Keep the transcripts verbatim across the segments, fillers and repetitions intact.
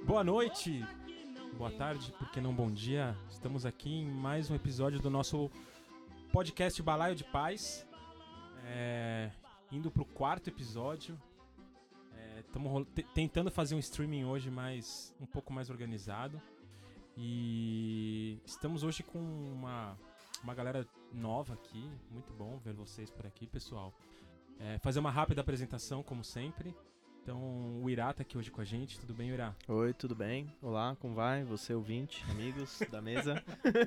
Boa noite, boa tarde, por que não bom dia? Estamos aqui em mais um episódio do nosso podcast Balaio de Paz, é, indo pro quarto episódio. Estamos é, tentando fazer um streaming hoje mais, um pouco mais organizado. E estamos hoje com uma, uma galera nova aqui, muito bom ver vocês por aqui, pessoal. É, fazer uma rápida apresentação, como sempre. Então, o Irá tá aqui hoje com a gente. Tudo bem, Irá? Oi, tudo bem? Olá, como vai? Você, ouvinte, amigos da mesa.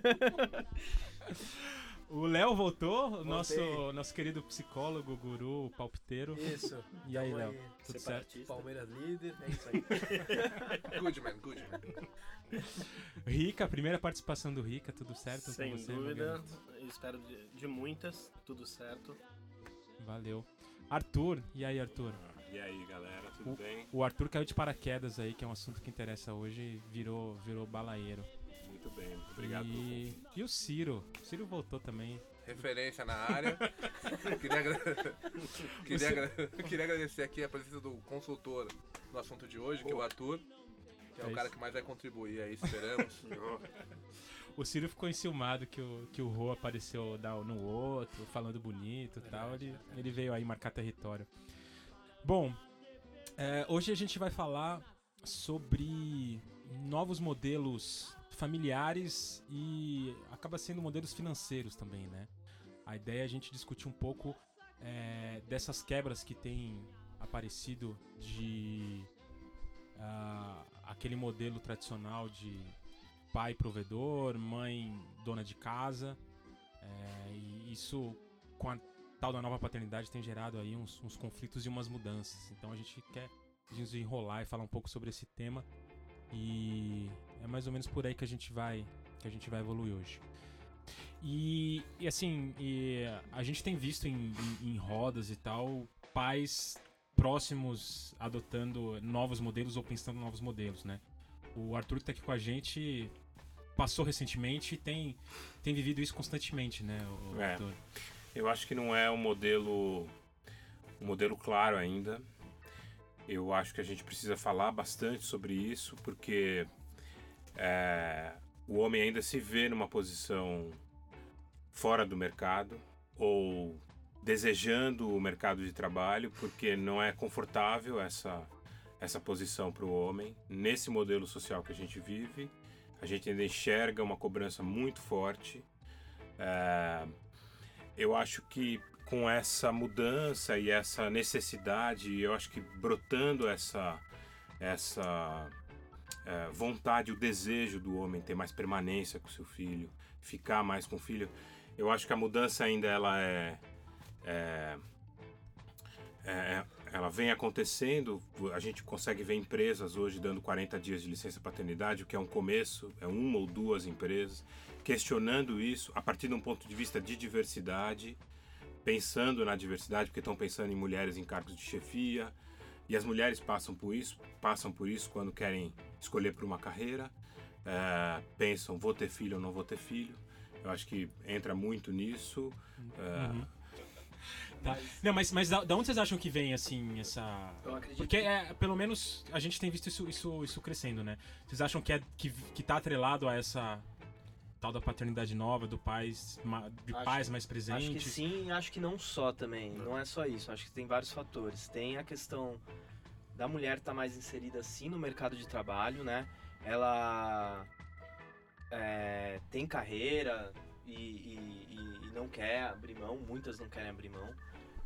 O Léo voltou, o nosso, nosso querido psicólogo, guru, palpiteiro. Isso. E aí, Léo? Tudo certo? Palmeiras líder, é isso aí. Good man, good man. Rica, a primeira participação do Rica, tudo certo? Sem com você, dúvida, espero de, de muitas, tudo certo. Valeu. Arthur, e aí, Arthur? E aí, galera, tudo o, bem? O Arthur caiu de paraquedas aí, que é um assunto que interessa hoje, e virou, virou balaieiro. Muito bem, muito obrigado e... pelo convite. E o Ciro? O Ciro voltou também. Referência na área. queria, agra... queria, agra... queria agradecer aqui a presença do consultor no assunto de hoje, que é o Arthur, que é, é o cara que mais vai contribuir aí, esperamos. O Ciro ficou enciumado que o, que o Rô apareceu no outro, falando bonito e tal. Ele, ele veio aí marcar território. Bom, é, hoje a gente vai falar sobre novos modelos familiares e acaba sendo modelos financeiros também, né? A ideia é a gente discutir um pouco é, dessas quebras que têm aparecido de uh, aquele modelo tradicional de pai provedor, mãe dona de casa, é, e isso com a tal da nova paternidade tem gerado aí uns, uns conflitos e umas mudanças. Então a gente quer desenrolar e falar um pouco sobre esse tema e é mais ou menos por aí que a gente vai, que a gente vai evoluir hoje. E, e assim, e a gente tem visto em, em, em rodas e tal, pais próximos adotando novos modelos ou pensando em novos modelos, né? O Arthur que tá aqui com a gente passou recentemente e tem, tem vivido isso constantemente, né, o é. Arthur? Eu acho que não é um modelo, um modelo claro ainda. Eu acho que a gente precisa falar bastante sobre isso, porque é, o homem ainda se vê numa posição fora do mercado ou desejando o mercado de trabalho, porque não é confortável essa, essa posição para o homem. Nesse modelo social que a gente vive, a gente ainda enxerga uma cobrança muito forte. É, eu acho que com essa mudança e essa necessidade, eu acho que brotando essa, essa é, vontade, o desejo do homem ter mais permanência com seu filho, ficar mais com o filho, eu acho que a mudança ainda ela é, é, é ela vem acontecendo. A gente consegue ver empresas hoje dando quarenta dias de licença paternidade, o que é um começo, é uma ou duas empresas questionando isso a partir de um ponto de vista de diversidade, pensando na diversidade, porque estão pensando em mulheres em cargos de chefia, e as mulheres passam por isso, passam por isso quando querem escolher por uma carreira, é, pensam, vou ter filho ou não vou ter filho. Eu acho que entra muito nisso. É... Uhum. Tá. Não, mas, mas da, da onde vocês acham que vem, assim, essa... Eu acredito Porque, que... é, pelo menos, a gente tem visto isso, isso, isso crescendo, né? Vocês acham que, é, que, que tá atrelado a essa... tal da paternidade nova, do pais, de acho, pais mais presentes? Acho que sim, acho que não só também. Não é só isso. Acho que tem vários fatores. Tem a questão da mulher estar mais inserida sim no mercado de trabalho, né? Ela é, tem carreira e, e, e não quer abrir mão. Muitas não querem abrir mão.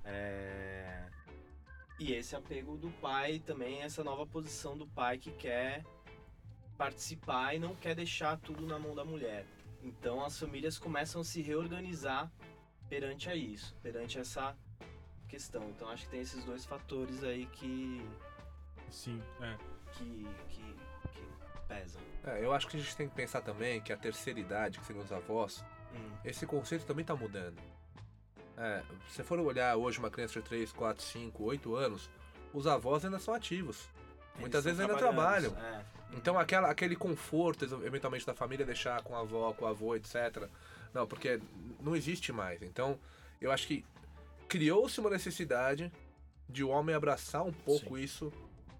É, e esse apego do pai também, essa nova posição do pai que quer participar e não quer deixar tudo na mão da mulher. Então as famílias começam a se reorganizar perante a isso, perante essa questão. Então acho que tem esses dois fatores aí que sim, é. que, que, que pesam. É, eu acho que a gente tem que pensar também que a terceira idade, que seriam os avós, hum. esse conceito também está mudando. É, se você for olhar hoje uma criança de três, quatro, cinco, oito anos, os avós ainda são ativos. Eles Muitas vezes ainda trabalham. É. Então aquela, aquele conforto, eventualmente, da família deixar com a avó, com o avô, etcétera. Não, porque não existe mais. Então, eu acho que criou-se uma necessidade de o homem abraçar um pouco Sim. isso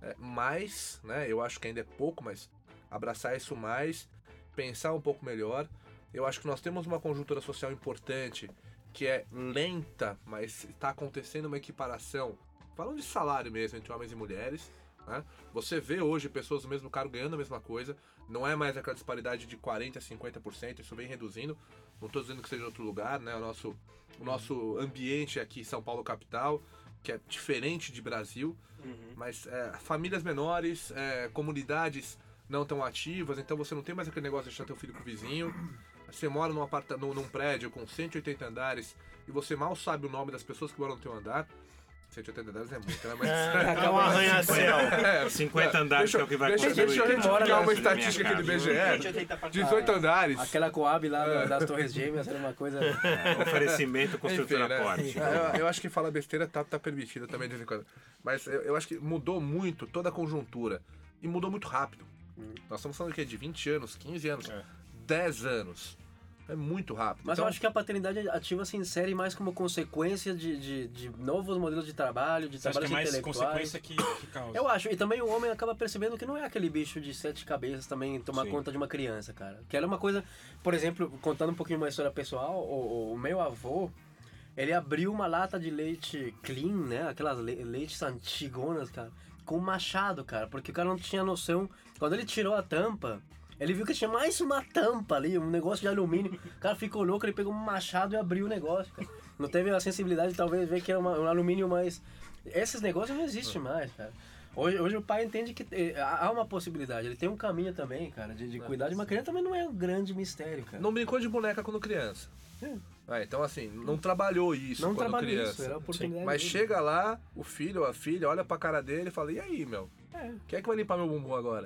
é, mais, né? Eu acho que ainda é pouco, mas abraçar isso mais, pensar um pouco melhor. Eu acho que nós temos uma conjuntura social importante, que é lenta, mas está acontecendo uma equiparação, falando de salário mesmo, entre homens e mulheres, né? Você vê hoje pessoas do mesmo cargo ganhando a mesma coisa, não é mais aquela disparidade de quarenta por cento, cinquenta por cento, isso vem reduzindo, não estou dizendo que seja em outro lugar, né? O nosso, o nosso ambiente aqui em São Paulo capital, que é diferente de Brasil, Uhum. mas é, famílias menores, é, comunidades não tão ativas, então você não tem mais aquele negócio de deixar teu filho com o vizinho. Você mora num, aparta, num, num prédio com cento e oitenta andares e você mal sabe o nome das pessoas que moram no teu andar. cento e oitenta andares é muito, né? Mas... É um arranha-céu. É, cinquenta andares, deixa, que é o que vai deixa, construir. deixa eu retificar uma estatística aqui do I B G E. dezoito andares. Aquela Coab lá é. das Torres Gêmeas era uma coisa... É, oferecimento, construtora Enfim, né? forte. Eu, eu acho que falar besteira tá, tá permitido também de vez em quando. Mas eu, eu acho que mudou muito toda a conjuntura. E mudou muito rápido. Hum. Nós estamos falando aqui de vinte anos, quinze anos, é. dez anos. É muito rápido. Mas então, eu acho que a paternidade ativa se insere mais como consequência de, de, de novos modelos de trabalho, de Você trabalhos acha que é mais intelectuais. consequência que, que causa? Eu acho. E também o homem acaba percebendo que não é aquele bicho de sete cabeças também tomar Sim. conta de uma criança, cara. Que era uma coisa... Por exemplo, contando um pouquinho uma história pessoal, o, o meu avô, ele abriu uma lata de leite clean, né? Aquelas le leites antigonas, cara, com um machado, cara. Porque o cara não tinha noção. Quando ele tirou a tampa... Ele viu que tinha mais uma tampa ali, um negócio de alumínio. O cara ficou louco, ele pegou um machado e abriu o negócio, cara. Não teve a sensibilidade de talvez ver que era uma, um alumínio mais... Esses negócios não existem mais, cara. Hoje, hoje o pai entende que há uma possibilidade. Ele tem um caminho também, cara, de, de cuidar de uma criança. Também não é um grande mistério, cara. Não brincou de boneca quando criança. É. Ah, então assim, não trabalhou isso não quando criança. Isso, era a oportunidade Mas dele. Chega lá, o filho ou a filha olha pra cara dele e fala, e aí, meu? É. Quem é que vai limpar meu bumbum agora?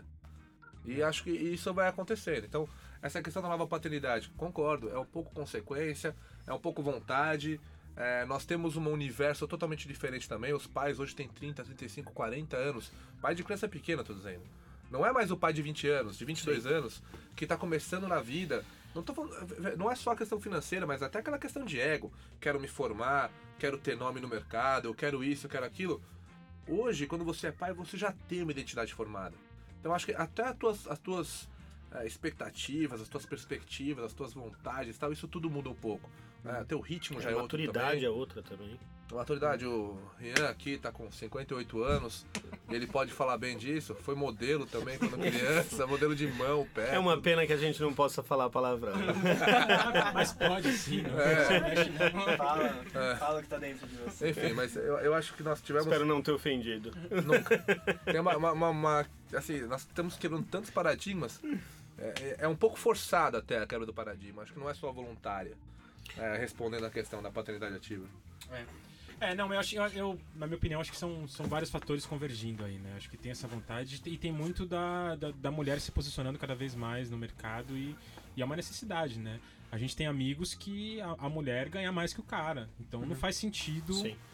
E acho que isso vai acontecer. Então, essa questão da nova paternidade, concordo, é um pouco consequência, é um pouco vontade. É, nós temos um universo totalmente diferente também. Os pais hoje têm trinta, trinta e cinco, quarenta anos. Pai de criança pequena, tô dizendo. Não é mais o pai de vinte anos, de vinte e dois Sim. anos, que tá começando na vida. Não, tô falando, não é só a questão financeira, mas até aquela questão de ego. Quero me formar, quero ter nome no mercado, eu quero isso, eu quero aquilo. Hoje, quando você é pai, você já tem uma identidade formada. Então acho que até as tuas, as tuas é, expectativas, as tuas perspectivas, as tuas vontades, tal, isso tudo muda um pouco. Né? Teu ritmo já é, é outro também. A maturidade é outra também. A maturidade, o Rian aqui tá com cinquenta e oito anos, ele pode falar bem disso, foi modelo também quando criança, modelo de mão, pé. É uma pena que a gente não possa falar palavrão. Mas pode sim, não é. Fala, é. fala o que tá dentro de você. Enfim, mas eu, eu acho que nós tivemos... Espero não ter ofendido. Nunca. Tem uma, uma, uma, uma assim, nós estamos quebrando tantos paradigmas, é, é um pouco forçada até a quebra do paradigma, acho que não é só voluntária, é, respondendo a questão da paternidade ativa. É. É, não, eu acho, eu, eu, na minha opinião, acho que são, são vários fatores convergindo aí, né? Acho que tem essa vontade e tem muito da, da, da mulher se posicionando cada vez mais no mercado e, e é uma necessidade, né? A gente tem amigos que a, a mulher ganha mais que o cara, então uhum. não faz sentido,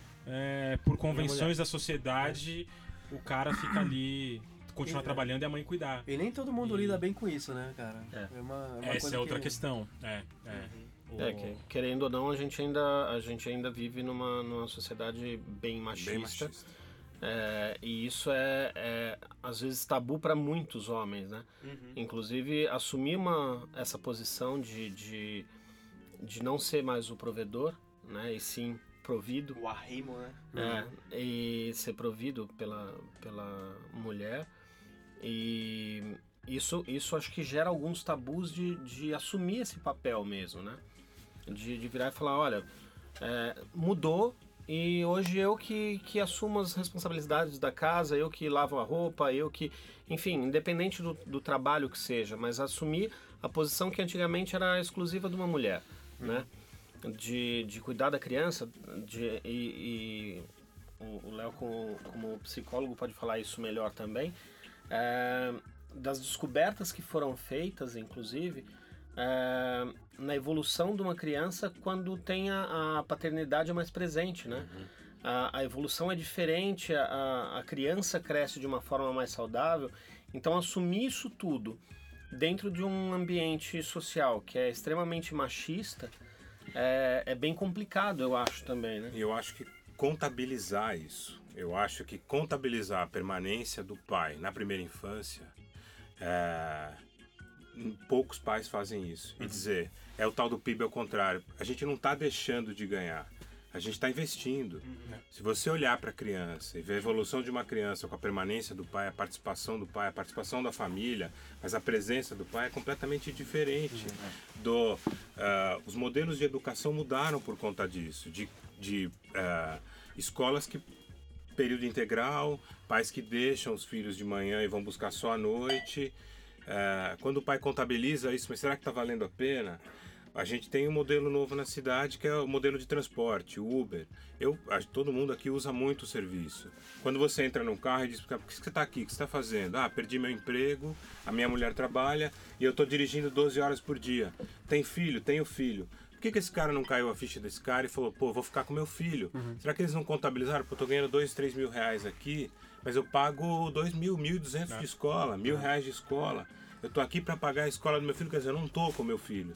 é, por convenções da sociedade, é. o cara fica ali, continuar e, trabalhando e a mãe cuidar. E nem todo mundo e... lida bem com isso, né, cara? É. É uma, é uma Essa coisa é outra que... questão, é, é. Uhum. É, que, querendo ou não, a gente ainda, a gente ainda vive numa, numa sociedade bem machista. Bem machista. É, e isso é, é, às vezes, tabu para muitos homens, né? Uhum. Inclusive, assumir uma, essa posição de, de, de não ser mais o provedor, né? E sim provido. O arrimo, né? É, uhum. E ser provido pela, pela mulher. E isso, isso acho que gera alguns tabus de, de assumir esse papel mesmo, né? De, de virar e falar, olha, é, mudou e hoje eu que, que assumo as responsabilidades da casa, eu que lavo a roupa, eu que... Enfim, independente do, do trabalho que seja, mas assumir a posição que antigamente era exclusiva de uma mulher, uhum. né? De, de cuidar da criança, de, e, e o Léo como, como psicólogo pode falar isso melhor também, é, das descobertas que foram feitas, inclusive... É, na evolução de uma criança quando tem a, a paternidade mais presente, né? Uhum. A, a evolução é diferente, a, a criança cresce de uma forma mais saudável, então assumir isso tudo dentro de um ambiente social que é extremamente machista é, é bem complicado, eu acho também, né? E eu acho que contabilizar isso. Eu acho que contabilizar a permanência do pai na primeira infância, é, poucos pais fazem isso. E dizer, é o tal do P I B ao contrário. A gente não está deixando de ganhar. A gente está investindo. Uhum. Se você olhar para a criança e ver a evolução de uma criança com a permanência do pai, a participação do pai, a participação da família, mas a presença do pai é completamente diferente. Uhum. Do, uh, os modelos de educação mudaram por conta disso. De, de uh, escolas que período integral, pais que deixam os filhos de manhã e vão buscar só à noite. Uh, quando o pai contabiliza isso, mas será que está valendo a pena? A gente tem um modelo novo na cidade que é o modelo de transporte, o Uber. Eu, todo mundo aqui usa muito o serviço. Quando você entra num carro e diz, por que você está aqui? O que você está fazendo? Ah, perdi meu emprego, a minha mulher trabalha e eu estou dirigindo doze horas por dia. Tem filho? Tenho filho. Por que, que esse cara não caiu a ficha desse cara e falou, pô, vou ficar com meu filho? Uhum. Será que eles não contabilizaram? Pô, eu tô ganhando dois, três mil reais aqui, mas eu pago dois mil, mil e duzentos de escola, mil reais de escola. Eu tô aqui para pagar a escola do meu filho, quer dizer, eu não tô com meu filho.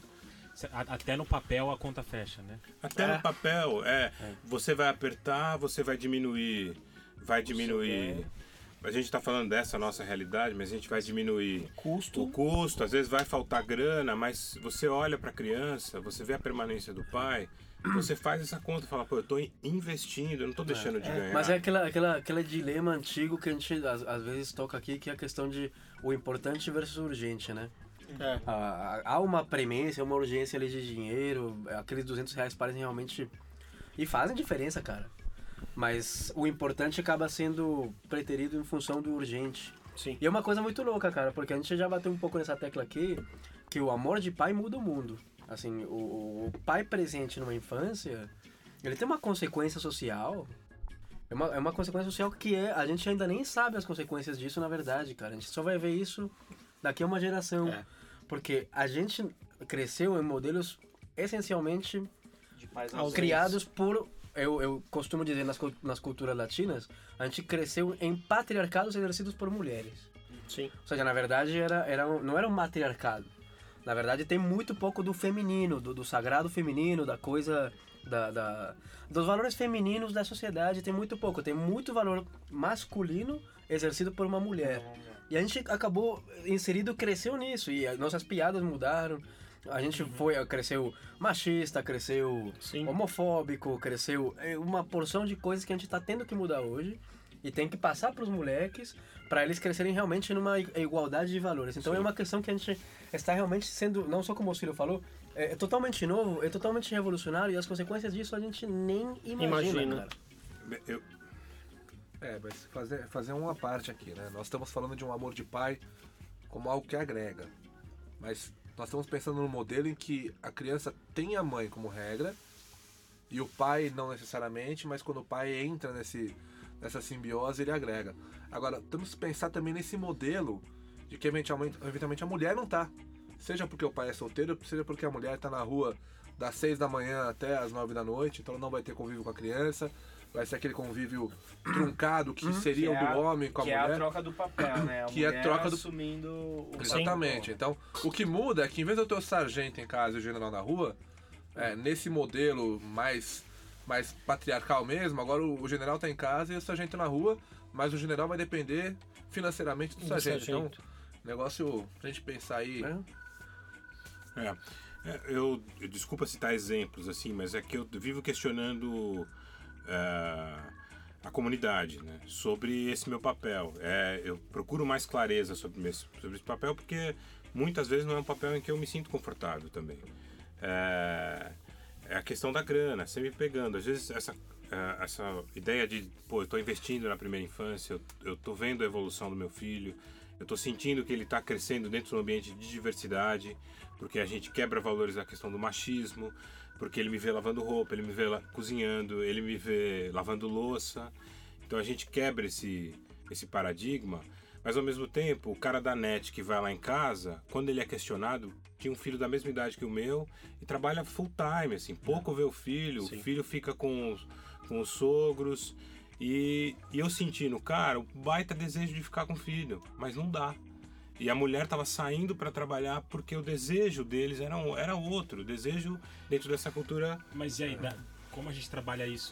Até no papel a conta fecha, né? Até é. no papel, é, é. Você vai apertar, você vai diminuir, vai diminuir. A gente está falando dessa nossa realidade, mas a gente vai diminuir o custo. o custo. Às vezes vai faltar grana, mas você olha para a criança, você vê a permanência do pai, você faz essa conta e fala, pô, eu estou investindo, eu não estou deixando é. de ganhar. Mas é aquela, aquela, aquele dilema antigo que a gente às, às vezes toca aqui, que é a questão de o importante versus o urgente, né? É. Há uma premência, uma urgência ali de dinheiro, aqueles duzentos reais parecem realmente... E fazem diferença, cara. Mas o importante acaba sendo preterido em função do urgente. Sim. E é uma coisa muito louca, cara, porque a gente já bateu um pouco nessa tecla aqui, que o amor de pai muda o mundo. Assim, o, o pai presente numa infância, ele tem uma consequência social... É uma, é uma consequência social que é, a gente ainda nem sabe as consequências disso, na verdade, cara. A gente só vai ver isso daqui a uma geração. É. Porque a gente cresceu em modelos essencialmente de pais criados por... Eu, eu costumo dizer, nas, nas culturas latinas, a gente cresceu em patriarcados exercidos por mulheres. Sim. Ou seja, na verdade, era, era um, não era um matriarcado. Na verdade, tem muito pouco do feminino, do, do sagrado feminino, da coisa... Da, da, dos valores femininos da sociedade tem muito pouco. Tem muito valor masculino exercido por uma mulher. E a gente acabou inserido, cresceu nisso. E nossas piadas mudaram. A gente foi, cresceu machista, cresceu Sim. homofóbico, cresceu uma porção de coisas que a gente está tendo que mudar hoje. E tem que passar para os moleques para eles crescerem realmente numa igualdade de valores. Então Sim. é uma questão que a gente está realmente sendo, não só como o Ciro falou, é totalmente novo, é totalmente revolucionário e as consequências disso a gente nem imagina, imagina. Cara. Eu... É, mas fazer, fazer uma parte aqui, né? Nós estamos falando de um amor de pai como algo que agrega. Mas nós estamos pensando num modelo em que a criança tem a mãe como regra e o pai não necessariamente, mas quando o pai entra nesse, nessa simbiose, ele agrega. Agora, temos que pensar também nesse modelo de que eventualmente, eventualmente a mulher não tá. Seja porque o pai é solteiro, seja porque a mulher está na rua das seis da manhã até as nove da noite, então ela não vai ter convívio com a criança, vai ser aquele convívio truncado que seria o do homem com a que mulher. Que é a troca do papel, né? A que é a troca do... assumindo o Exatamente. Então, o que muda é que em vez de eu ter o sargento em casa e o general na rua, é, nesse modelo mais, mais patriarcal mesmo, agora o, o general está em casa e o sargento na rua, mas o general vai depender financeiramente do, do sargento. sargento. Então, negócio pra gente pensar aí... É. É, eu, eu desculpa citar exemplos assim, mas é que eu vivo questionando uh, a comunidade, né, sobre esse meu papel. É, eu procuro mais clareza sobre esse, sobre esse papel porque muitas vezes não é um papel em que eu me sinto confortável também. É, é a questão da grana, sempre pegando. Às vezes essa, uh, essa ideia de, pô, eu estou investindo na primeira infância, eu estou vendo a evolução do meu filho, eu estou sentindo que ele está crescendo dentro de um ambiente de diversidade, porque a gente quebra valores da questão do machismo, porque ele me vê lavando roupa, ele me vê la- cozinhando, ele me vê lavando louça. Então a gente quebra esse, esse paradigma, mas ao mesmo tempo, o cara da net que vai lá em casa, quando ele é questionado, tinha um filho da mesma idade que o meu e trabalha full time, assim, pouco vê o filho, Sim. o filho fica com os, com os sogros. E, e eu senti no cara o baita desejo de ficar com o filho, mas não dá. E a mulher estava saindo para trabalhar porque o desejo deles era, um, era outro, o desejo dentro dessa cultura. Mas e aí, da, como a gente trabalha isso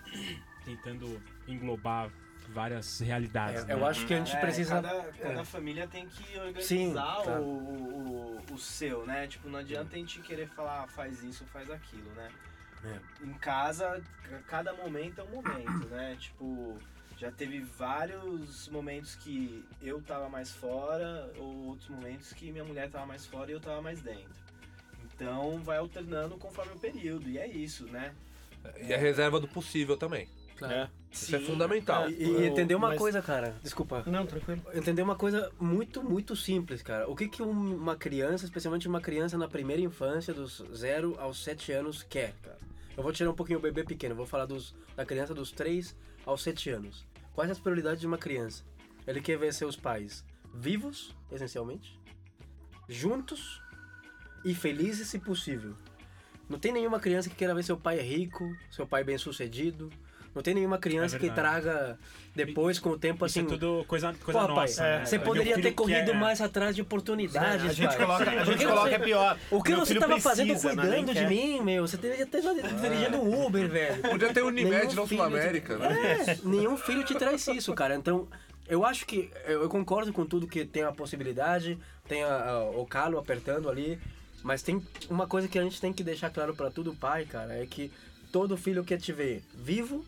tentando englobar várias realidades. É, né? eu acho que a gente É, precisa... Cada, cada é. família tem que organizar Sim, o, tá. o, o seu, né? Tipo, não adianta a gente querer falar, ah, faz isso, faz aquilo, né? É. Em casa, cada momento é um momento, né? Tipo, já teve vários momentos que eu tava mais fora, ou outros momentos que minha mulher tava mais fora e eu tava mais dentro. Então, vai alternando conforme o período, e é isso, né? E a reserva do possível também. É. Isso é Sim. fundamental. E, e entender uma Mas- coisa, cara. Desculpa. Não, tranquilo. Entender uma coisa muito, muito simples, cara. O que que um- uma criança, especialmente uma criança na primeira infância, dos zero aos sete anos, quer, cara? Eu vou tirar um pouquinho o bebê pequeno, vou falar dos, da criança dos três aos sete anos. Quais as prioridades de uma criança? Ele quer ver seus pais vivos, essencialmente, juntos e felizes, se possível. Não tem nenhuma criança que queira ver seu pai rico, seu pai bem-sucedido. Não tem nenhuma criança É que verdade. traga depois, com o tempo, Isso assim... é tudo coisa, coisa Pô, pai, nossa. é, né? você Meu poderia filho ter corrido quer- mais atrás de oportunidades, A gente pai. coloca, a gente Porque coloca você- é pior. O que Meu você filho estava fazendo precisa, não é nem cuidando de quer. mim, meu? Você deveria ter dirigindo um Uber, velho. Podia ter Unimed Nenhum na filho Sul-América, te... né? É, nenhum filho te traz isso, cara. Então, eu acho que... Eu eu concordo com tudo que tem a possibilidade, tem a- a- o calo apertando ali, mas tem uma coisa que a gente tem que deixar claro pra todo pai, cara, é que todo filho quer te ver vivo,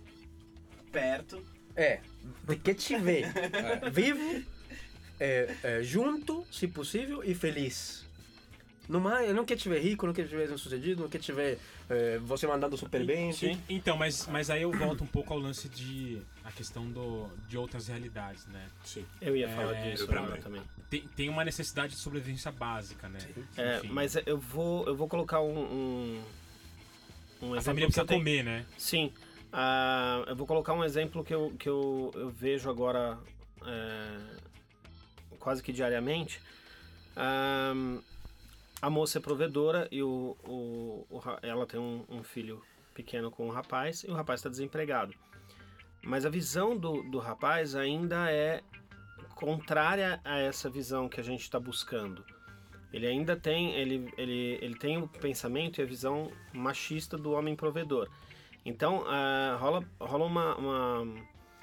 Perto. é, quer te ver vivo, é, é, junto, se possível, e feliz. Não, mais, não quer te ver rico, não quer te ver bem-sucedido, não quer te ver é, você mandando super bem. Sim. Então, mas, mas aí eu volto um pouco ao lance de... A questão do, de outras realidades, né? Sim. Eu ia É, falar disso eu agora também. também. Tem, tem uma necessidade de sobrevivência básica, né? É, Enfim, mas eu vou, eu vou colocar um, um, um a exemplo família que precisa eu tenho- comer, né? Sim. Ah, eu vou colocar um exemplo que eu, que eu, eu vejo agora é, quase que diariamente. Ah, a moça é provedora e o, o, o ra- ela tem um, um filho pequeno com o rapaz e o rapaz está desempregado. Mas a visão do, do rapaz ainda é contrária a essa visão que a gente está buscando. Ele ainda tem, ele, ele, ele tem o pensamento e a visão machista do homem provedor. Então, ah, rola, rola uma, uma,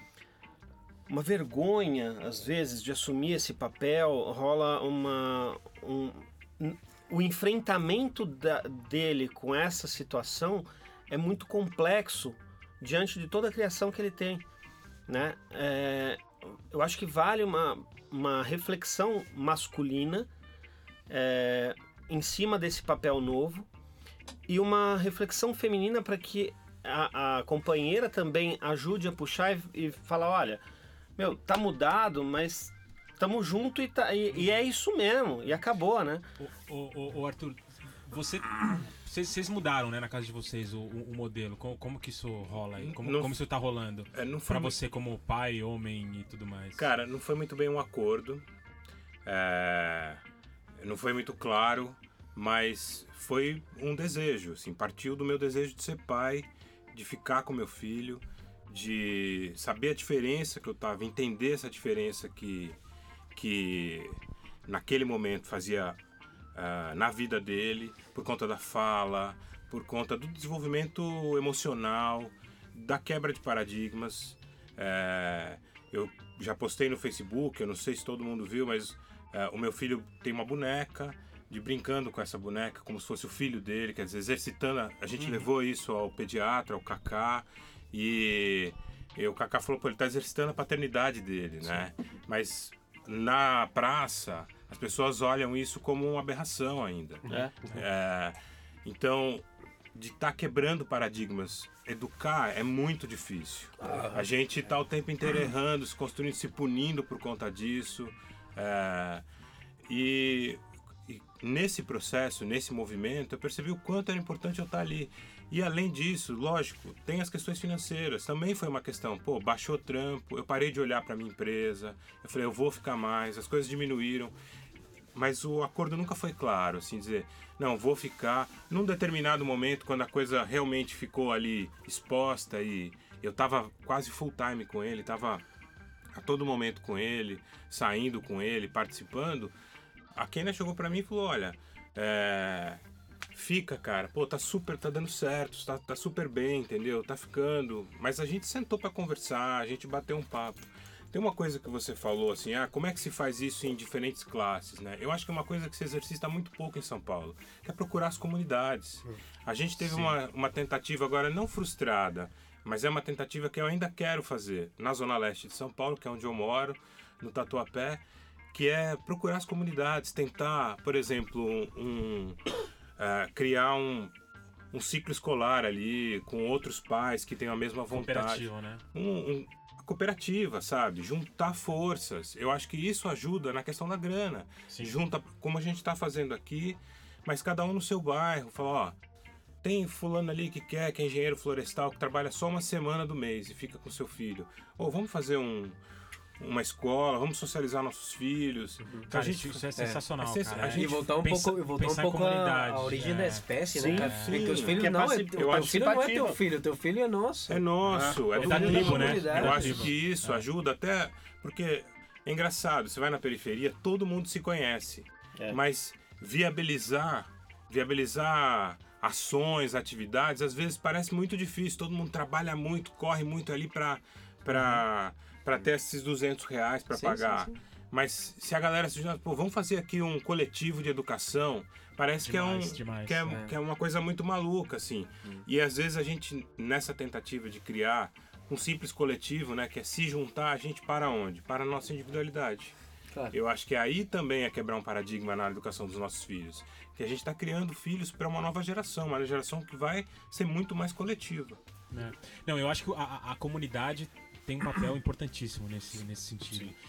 uma vergonha, às vezes, de assumir esse papel, rola uma... Um, um- o enfrentamento da, dele com essa situação é muito complexo diante de toda a criação que ele tem, né? É, eu acho que vale uma, uma reflexão masculina é, em cima desse papel novo e uma reflexão feminina para que a, a companheira também ajude a puxar e, e falar, olha, meu, tá mudado, mas tamo junto e, tá, e, e é isso mesmo, e acabou, né? Ô, ô, ô, ô, Arthur, você... Vocês, vocês mudaram, né, na casa de vocês, o, o, o modelo. Como, como que isso rola aí? Como, Não- como isso tá rolando? É, não foi Pra muito- você como pai, homem e tudo mais. Cara, não foi muito bem um acordo. É, não foi muito claro, mas foi um desejo. Assim, partiu do meu desejo de ser pai, de ficar com meu filho, de saber a diferença que eu tava, entender essa diferença que, que naquele momento fazia ah, na vida dele, por conta da fala, por conta do desenvolvimento emocional, da quebra de paradigmas. É, eu já postei no Facebook, eu não sei se todo mundo viu, mas é, o meu filho tem uma boneca, de brincando com essa boneca como se fosse o filho dele, quer dizer, exercitando. A, a gente levou isso ao pediatra, ao Kaká, e, e o Kaká falou, pô, ele tá exercitando a paternidade dele, né? Mas na praça, as pessoas olham isso como uma aberração ainda. É. É, então, de estar quebrando paradigmas, educar é muito difícil. A gente tá o tempo inteiro errando, se construindo, se punindo por conta disso. É, e, e nesse processo, nesse movimento, eu percebi o quanto era importante eu estar ali. E além disso, lógico, tem as questões financeiras. Também foi uma questão, pô, baixou o trampo, eu parei de olhar para minha empresa, eu falei, eu vou ficar mais, as coisas diminuíram. Mas o acordo nunca foi claro, assim, dizer, não, vou ficar. Num determinado momento, quando a coisa realmente ficou ali exposta e eu tava quase full time com ele, tava a todo momento com ele, saindo com ele, participando, a Kenia chegou para mim e falou, olha, é, fica, cara, pô, tá super, tá dando certo, tá, tá super bem, entendeu? Tá ficando. Mas a gente sentou pra conversar, a gente bateu um papo. Tem uma coisa que você falou assim, ah, como é que se faz isso em diferentes classes, né? Eu acho que é uma coisa que se exercita muito pouco em São Paulo, que é procurar as comunidades. A gente teve uma, uma tentativa agora não frustrada, mas é uma tentativa que eu ainda quero fazer na Zona Leste de São Paulo, que é onde eu moro, no Tatuapé, que é procurar as comunidades, tentar, por exemplo, um, uh, criar um, um ciclo escolar ali com outros pais que tenham a mesma vontade. Cooperativo, né? Um, um, cooperativa, sabe? Juntar forças. Eu acho que isso ajuda na questão da grana. Sim. Junta, como a gente está fazendo aqui, mas cada um no seu bairro. Fala, ó, tem fulano ali que quer, que é engenheiro florestal, que trabalha só uma semana do mês e fica com seu filho. Ou vamos fazer um, uma escola, vamos socializar nossos filhos. Uhum. Cara, a gente, isso é sensacional, é, cara. a gente E voltar um pensa- pouco, e voltar um pensar em pouco a, comunidade, a origem é. da espécie, Sim, né, cara? sim. Porque os filhos Que é não é, parci- o eu teu acho filho não é participativo. teu filho, teu filho é nosso. É nosso, é, É do da grupo. tribo, né? comunidade. É Eu da acho tribo. que isso É. ajuda até porque é engraçado, você vai na periferia, todo mundo se conhece, É. mas viabilizar, viabilizar ações, atividades, às vezes parece muito difícil. Todo mundo trabalha muito, corre muito ali para para para ter esses duzentos reais para Sim, pagar. sim, sim. Mas se a galera se junta, pô, vamos fazer aqui um coletivo de educação, parece Demais, que é um demais, que é, é. que é uma coisa muito maluca assim. E às vezes a gente nessa tentativa de criar um simples coletivo, né, que é se juntar, a gente para onde? Para a nossa individualidade. Claro. Eu acho que aí também é quebrar um paradigma na educação dos nossos filhos, que a gente está criando filhos para uma nova geração, uma geração que vai ser muito mais coletiva. É. Não, eu acho que a, a- a comunidade tem um papel importantíssimo nesse, nesse sentido. Sim.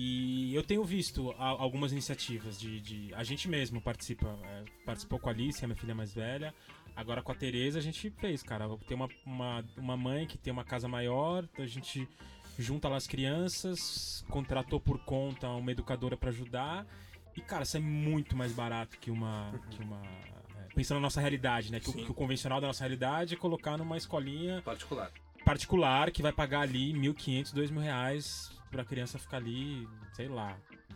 E eu tenho visto a- algumas iniciativas de, de- A gente mesmo participa. é, participou com a Alice, a minha filha mais velha. Agora com a Tereza a gente fez, cara. Tem uma, uma, uma mãe que tem uma casa maior, a gente junta lá as crianças, contratou por conta uma educadora pra ajudar. E, cara, isso é muito mais barato que uma. Que uma é, pensando na nossa realidade, né? Que o, Sim. que o convencional da nossa realidade é colocar numa escolinha Particular. particular que vai pagar ali mil e quinhentos, dois mil reais pra criança ficar ali, sei lá,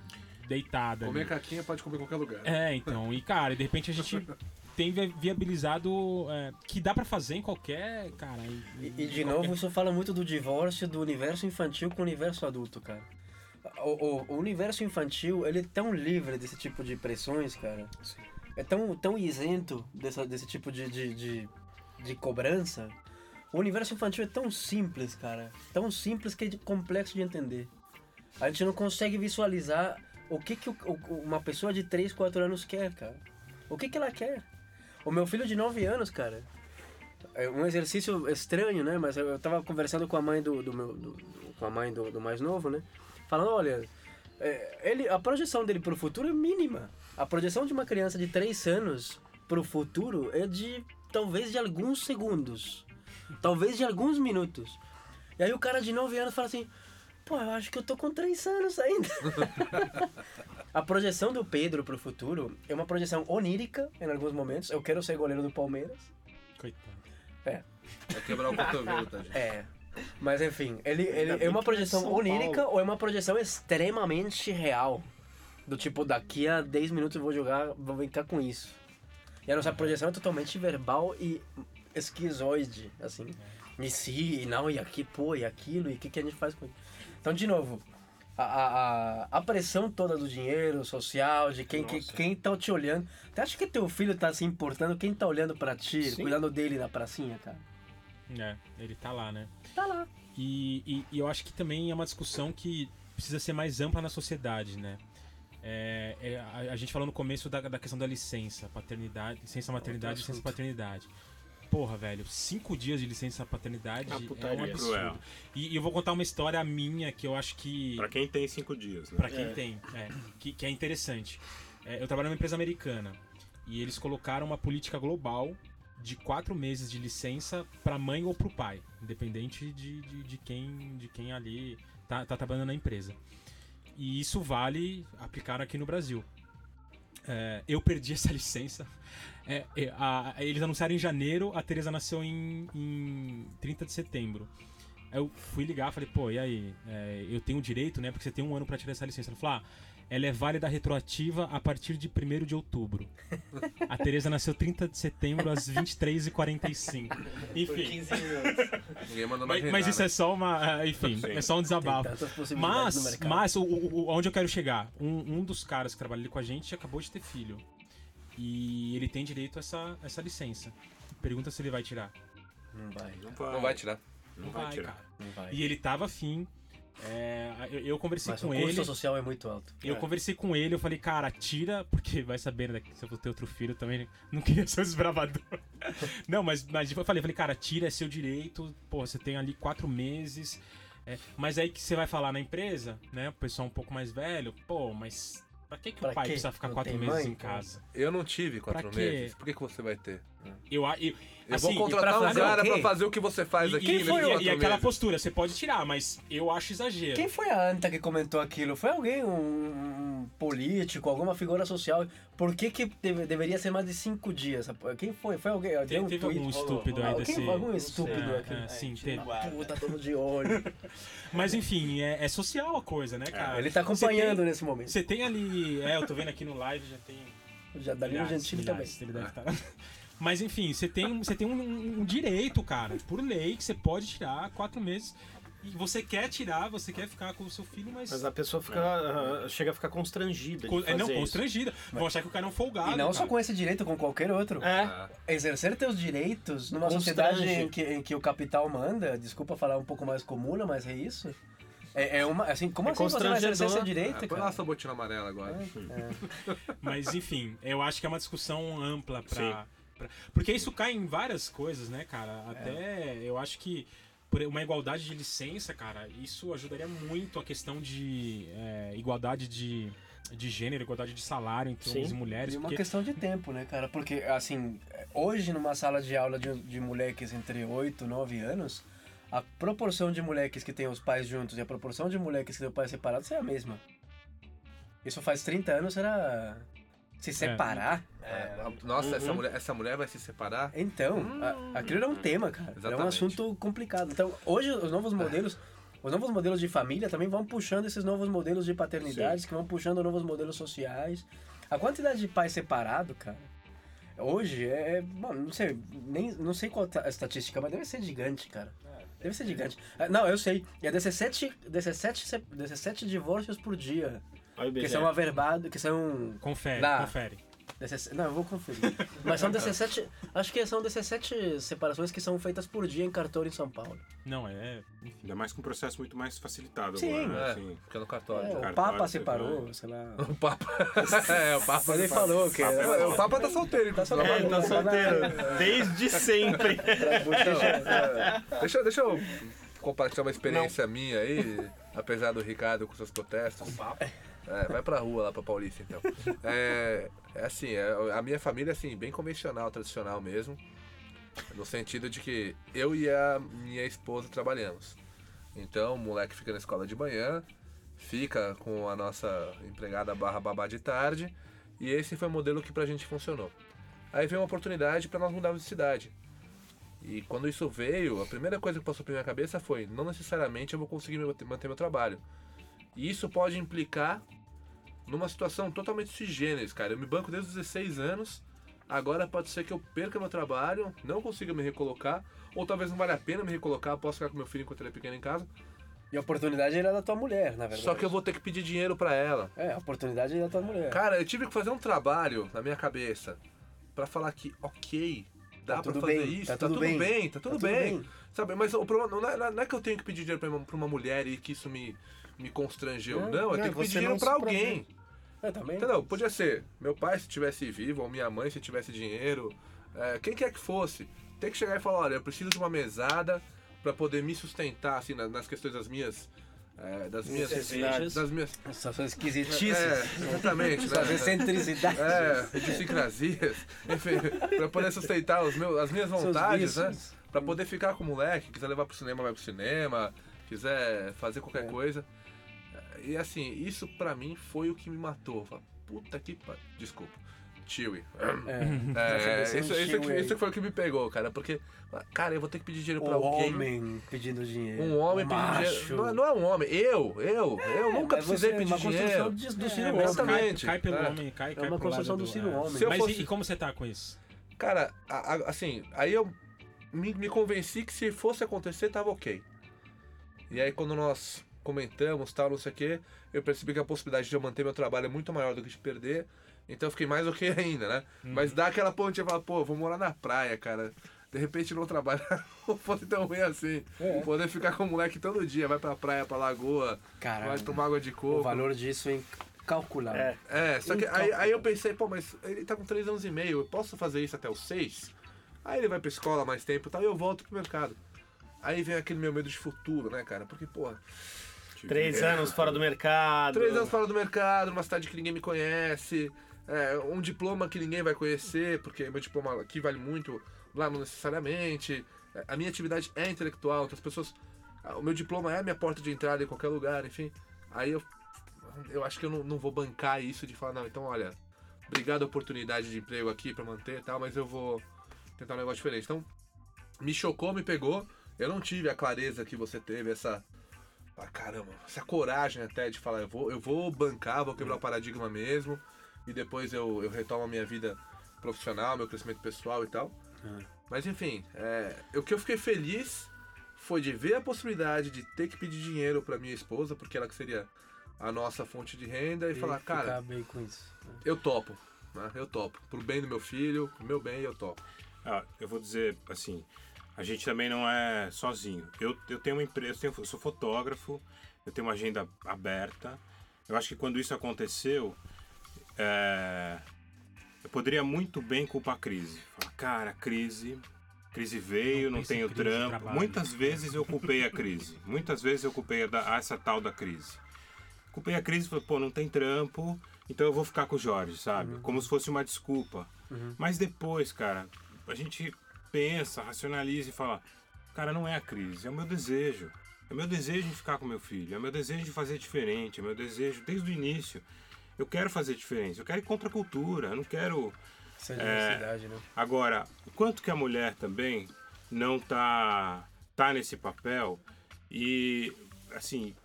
deitada. Comer ali. caquinha pode comer em qualquer lugar. É, então. E, cara, e de repente a gente tem vi- viabilizado é, que dá pra fazer em qualquer, cara. em- E, em e de qualquer- novo, isso fala muito do divórcio do universo infantil com o universo adulto, cara. O, o- o universo infantil, ele é tão livre desse tipo de pressões, cara. É tão, tão isento dessa, desse tipo de, de, de, de cobrança. O universo infantil é tão simples, cara. Tão simples que é de- complexo de entender. A gente não consegue visualizar o que, que o- o- uma pessoa de três, quatro anos quer, cara. O que, que ela quer? O meu filho de nove anos, cara, é um exercício estranho, né? Mas eu, eu tava conversando com a mãe do, do meu, do- do- com a mãe do, do mais novo, né? Falando, olha, é, ele, a projeção dele pro futuro é mínima. A projeção de uma criança de três anos pro futuro é de talvez de alguns segundos, talvez de alguns minutos. E aí o cara de nove anos fala assim, pô, eu acho que eu tô com três anos ainda. A projeção do Pedro pro futuro é uma projeção onírica em alguns momentos. Eu quero ser goleiro do Palmeiras. Coitado. Vai quebrar o cotovelo, tá, gente? É. Mas enfim, ele, ele bem é uma que não é projeção São onírica Paulo. ou é uma projeção extremamente real? Do tipo, daqui a dez minutos eu vou jogar, vou brincar com isso. E a nossa projeção é totalmente verbal e esquizoide, assim. E sim, e não, e aqui, pô, e aquilo, e o que, que a gente faz com isso? Então, de novo, a, a, a- a pressão toda do dinheiro, social, de quem, que, Nossa. quem tá te olhando. Você acha que teu filho tá se importando? Quem tá olhando pra ti, Sim. cuidando dele na pracinha, cara? É, ele tá lá, né? Tá lá. E, e, e eu acho que também é uma discussão que precisa ser mais ampla na sociedade, né? É, é, a, a gente falou no começo da, da questão da licença, paternidade, licença maternidade, licença paternidade. Porra, velho, cinco dias de licença paternidade Ah, é um putaria. absurdo. Cruel. E, e eu vou contar uma história minha que eu acho que... Para quem tem cinco dias, né? Pra quem É. tem, é, que, que é interessante. É, eu trabalho numa empresa americana e eles colocaram uma política global de quatro meses de licença pra mãe ou pro pai, independente de, de, de quem, de quem ali tá, tá trabalhando na empresa. E isso vale aplicar aqui no Brasil. É, eu perdi essa licença. É, é, a- eles anunciaram em janeiro, a Tereza nasceu em, em trinta de setembro. Aí eu fui ligar, falei, pô, e aí? É, eu tenho direito, né? Porque você tem um ano pra tirar essa licença. Ela falou, ah, ela é válida retroativa a partir de primeiro de outubro. A Tereza nasceu trinta de setembro às vinte e três e quarenta e cinco. Por Enfim. quinze minutos. Ninguém mandou Mas, mais mas isso né? é só uma. ah, Enfim, Sim. é só um Tem desabafo. tantas possibilidades no Mas, mercado. mas o, o- onde eu quero chegar? Um, um dos caras que trabalha ali com a gente acabou de ter filho. E ele tem direito a essa, essa licença. Pergunta se ele vai tirar. Não vai, Não vai, Não vai tirar. Não vai tirar. cara. não vai. E ele tava afim. É, eu, eu conversei Mas com o ele. custo social é muito alto. Eu conversei com ele, eu falei, cara, tira, porque vai sabendo né, que se eu vou ter outro filho também, não queria ser um desbravador. Não, mas, mas eu falei, falei, cara, tira, é seu direito, pô, você tem ali quatro meses. É, mas aí que você vai falar na empresa, né, o pessoal um pouco mais velho, pô, mas pra que, que Pra o pai quê? precisa ficar Não quatro tem meses mãe? em casa? Eu não tive quatro Pra quê? meses. Por que, que você vai ter? Eu, eu, Eu assim, vou e contratar pra um fazer cara o quê? pra fazer o que você faz e, aqui e, nesses e- quatro e aquela meses. postura, você pode tirar, mas eu acho exagero. Quem foi a Anta que comentou aquilo? Foi alguém, um, um político, alguma figura social? Por que, que deve- deveria ser mais de cinco dias? Quem foi? Foi alguém? Deu Teve, um teve tweet? algum estúpido aí Ah, desse... quem- algum estúpido É, aqui. é, sim, É, teve. tira- Puta, todo de olho. Mas enfim, é, é social a coisa, né, cara? Ele tá Você acompanhando tem- nesse momento. Você tem ali. É, eu tô vendo aqui no live, já tem. Já Danilo milhares, Gentili milhares, também. Ele deve estar. Mas enfim, você tem, você tem um, um direito, cara, por lei, que você pode tirar quatro meses. E você quer tirar, você quer ficar com o seu filho, mas. Mas a pessoa fica, ah, chega a ficar constrangida. co- de é, não, fazer isso. constrangida. Vão achar que o cara é um folgado. E não só cara. com esse direito, com qualquer outro. É, Ah, Exercer teus direitos numa Constrange. sociedade em que, em que o capital manda, desculpa falar um pouco mais comuna, mas é isso. É, é uma, assim, como É assim você vai exercer seu constrangedor. direito, põe cara? lá essa botina amarela agora. Mas enfim, eu acho que é uma discussão ampla pra, pra- Porque isso cai em várias coisas, né, cara? Até eu acho que por uma igualdade de licença, cara, isso ajudaria muito a questão de é, igualdade de, de gênero, igualdade de salário entre Sim. homens e mulheres. E uma Porque questão de tempo, né, cara? Porque, assim, hoje numa sala de aula de, de moleques entre oito e nove anos, a proporção de moleques que tem os pais juntos e a proporção de moleques que têm os pais separados é a mesma. Isso faz trinta anos era se separar. É, nossa, essa, Uhum. mulher, essa mulher vai se separar? Então, a- aquilo era um tema, cara. Era um Exatamente. assunto complicado. Então, hoje os novos modelos, os novos modelos de família também vão puxando esses novos modelos de paternidades, que vão puxando novos modelos sociais. A quantidade de pais separados, cara, hoje é, bom, não sei, nem não sei qual a estatística, mas deve ser gigante, cara. Deve ser gigante. Ah, não, eu sei. É dezessete, dezessete, se- dezessete divórcios por dia. olha o Que I B G E. são averbados, que são confere, Lá. confere. dezessete, não, eu vou conferir. Mas são dezessete. Acho que são dezessete separações que são feitas por dia em cartório em São Paulo. Não, é. Enfim. Ainda mais com um processo muito mais facilitado Sim. agora, né? É, Assim, fica no cartório. É, o cartório, Papa você separou, vai. sei lá. O Papa. é, o Papa. Ele falou que Papa era. O Papa tá solteiro, Tá inclusive. solteiro. É, tá solteiro. Desde sempre. Deixa, eu- deixa eu compartilhar uma experiência minha aí, apesar do Ricardo com seus protestos. É, vai pra rua lá pra Paulista, então. É, é assim, é, a minha família, assim, bem convencional, tradicional mesmo. No sentido de que eu e a minha esposa trabalhamos. Então, o moleque fica na escola de manhã, fica com a nossa empregada barra babá de tarde, e esse foi o modelo que pra gente funcionou. Aí veio uma oportunidade pra nós mudarmos de cidade. E quando isso veio, a primeira coisa que passou pela minha cabeça foi: não necessariamente eu vou conseguir me- manter meu trabalho. E isso pode implicar numa situação totalmente sui generis, cara. Eu me banco desde os dezesseis anos, agora pode ser que eu perca meu trabalho, não consiga me recolocar, ou talvez não valha a pena me recolocar, posso ficar com meu filho enquanto ele é pequeno em casa, E a oportunidade era da tua mulher, na verdade. só que eu vou ter que pedir dinheiro pra ela. É, a oportunidade é da tua mulher. Cara, eu tive que fazer um trabalho na minha cabeça pra falar que, ok, dá Tá pra tudo fazer bem, isso, tá tá, tudo tudo bem, bem, tá tudo Tá tudo bem. Sabe, mas o problema não é, não é que eu tenho que pedir dinheiro pra uma, pra uma mulher e que isso me, me constrangeu. Não, Não, eu não, tenho que pedir você dinheiro não pra se alguém. Eu também. Entendeu? Podia ser meu pai se tivesse vivo, ou minha mãe se tivesse dinheiro, é, quem quer que fosse. Tem que chegar e falar: olha, eu preciso de uma mesada pra poder me sustentar, assim, na- nas questões das minhas... é, das minhas... Necessidades. Das minhas... Essas são esquisitices. É, exatamente, Essas né? excentricidades. É, idiosincrasias, enfim, pra poder sustentar os meus, as minhas vontades, né? vícios. Pra poder ficar com o moleque, quiser levar pro cinema, vai pro cinema, quiser fazer qualquer É. coisa. E assim, isso pra mim foi o que me matou. Fala, puta que pariu, desculpa. Chewie. É, É, isso, isso, isso, Chewie. isso foi o que me pegou, cara. Porque, cara, eu vou ter que pedir dinheiro pra Um alguém. homem pedindo dinheiro. Um homem pedindo macho. dinheiro. Não, é- não é um homem. Eu, eu, eu nunca Mas precisei você- pedir uma construção dinheiro. de- do É, Ciro mas Homem. cai, Exatamente. cai pelo É. homem, cai, É cai uma pro lado construção do do Ciro é. Homem. Se eu Mas fosse- e, e como você tá com isso? Cara, a- a- assim, aí eu me, me convenci que se fosse acontecer, tava ok. E aí quando nós comentamos, tal, não sei o quê, eu percebi que a possibilidade de eu manter meu trabalho é muito maior do que de perder. Então eu fiquei mais ok ainda, né? Uhum. Mas dá aquela ponte e fala, pô, eu vou morar na praia, cara. De repente não trabalhar não fosse tão ruim assim. É. Poder ficar com o moleque todo dia, vai pra praia, pra lagoa, Cara, vai tomar água de coco. o valor disso é incalculável. É. É, só que aí, aí eu pensei, pô, mas ele tá com três anos e meio, eu posso fazer isso até os seis? Aí ele vai pra escola mais tempo e tal, e eu volto pro mercado. Aí vem aquele meu medo de futuro, né, cara? Porque, porra, Três anos fora do mercado. três anos fora do mercado, numa cidade que ninguém me conhece, é, um diploma que ninguém vai conhecer, porque meu diploma aqui vale muito, lá não necessariamente. A minha atividade é intelectual, então as pessoas... O meu diploma é a minha porta de entrada em qualquer lugar, enfim. Aí eu, eu acho que eu não, não vou bancar isso de falar, não, então olha, obrigado a oportunidade de emprego aqui pra manter e tal, mas eu vou tentar um negócio diferente. Então, me chocou, me pegou. Eu não tive a clareza que você teve, essa... Ah, caramba, essa coragem até de falar, eu vou, eu vou bancar, vou quebrar o paradigma mesmo, e depois eu, eu retomo a minha vida profissional, meu crescimento pessoal e tal. Uhum. Mas enfim, é, o que eu fiquei feliz foi de ver a possibilidade de ter que pedir dinheiro pra minha esposa, porque ela que seria a nossa fonte de renda, e, E falar, ficar cara, bem com isso. eu topo, né? Eu topo. Pro bem do meu filho, pro meu bem, eu topo. Ah, eu vou dizer assim, a gente também não é sozinho. Eu, eu tenho uma empresa, eu, tenho, eu sou fotógrafo, eu tenho uma agenda aberta. Eu acho que quando isso aconteceu, é, eu poderia muito bem culpar a crise. Falar, cara, crise, crise veio, Não não pense em tenho crise, trampo. trabalho. Muitas vezes eu culpei a crise. Muitas vezes eu culpei a, da- essa tal da crise. Culpei a crise e falei, pô, não tem trampo, então eu vou ficar com o Jorge, sabe? Como se fosse uma desculpa. Mas depois, cara, a gente pensa, racionaliza e fala, cara, não é a crise, é o meu desejo. É o meu desejo de ficar com meu filho, é o meu desejo de fazer diferente, é o meu desejo desde o início. Eu quero fazer diferente, eu quero ir contra a cultura, eu não quero... Essa diversidade, né? Agora, o quanto que a mulher também não tá, tá nesse papel e, assim,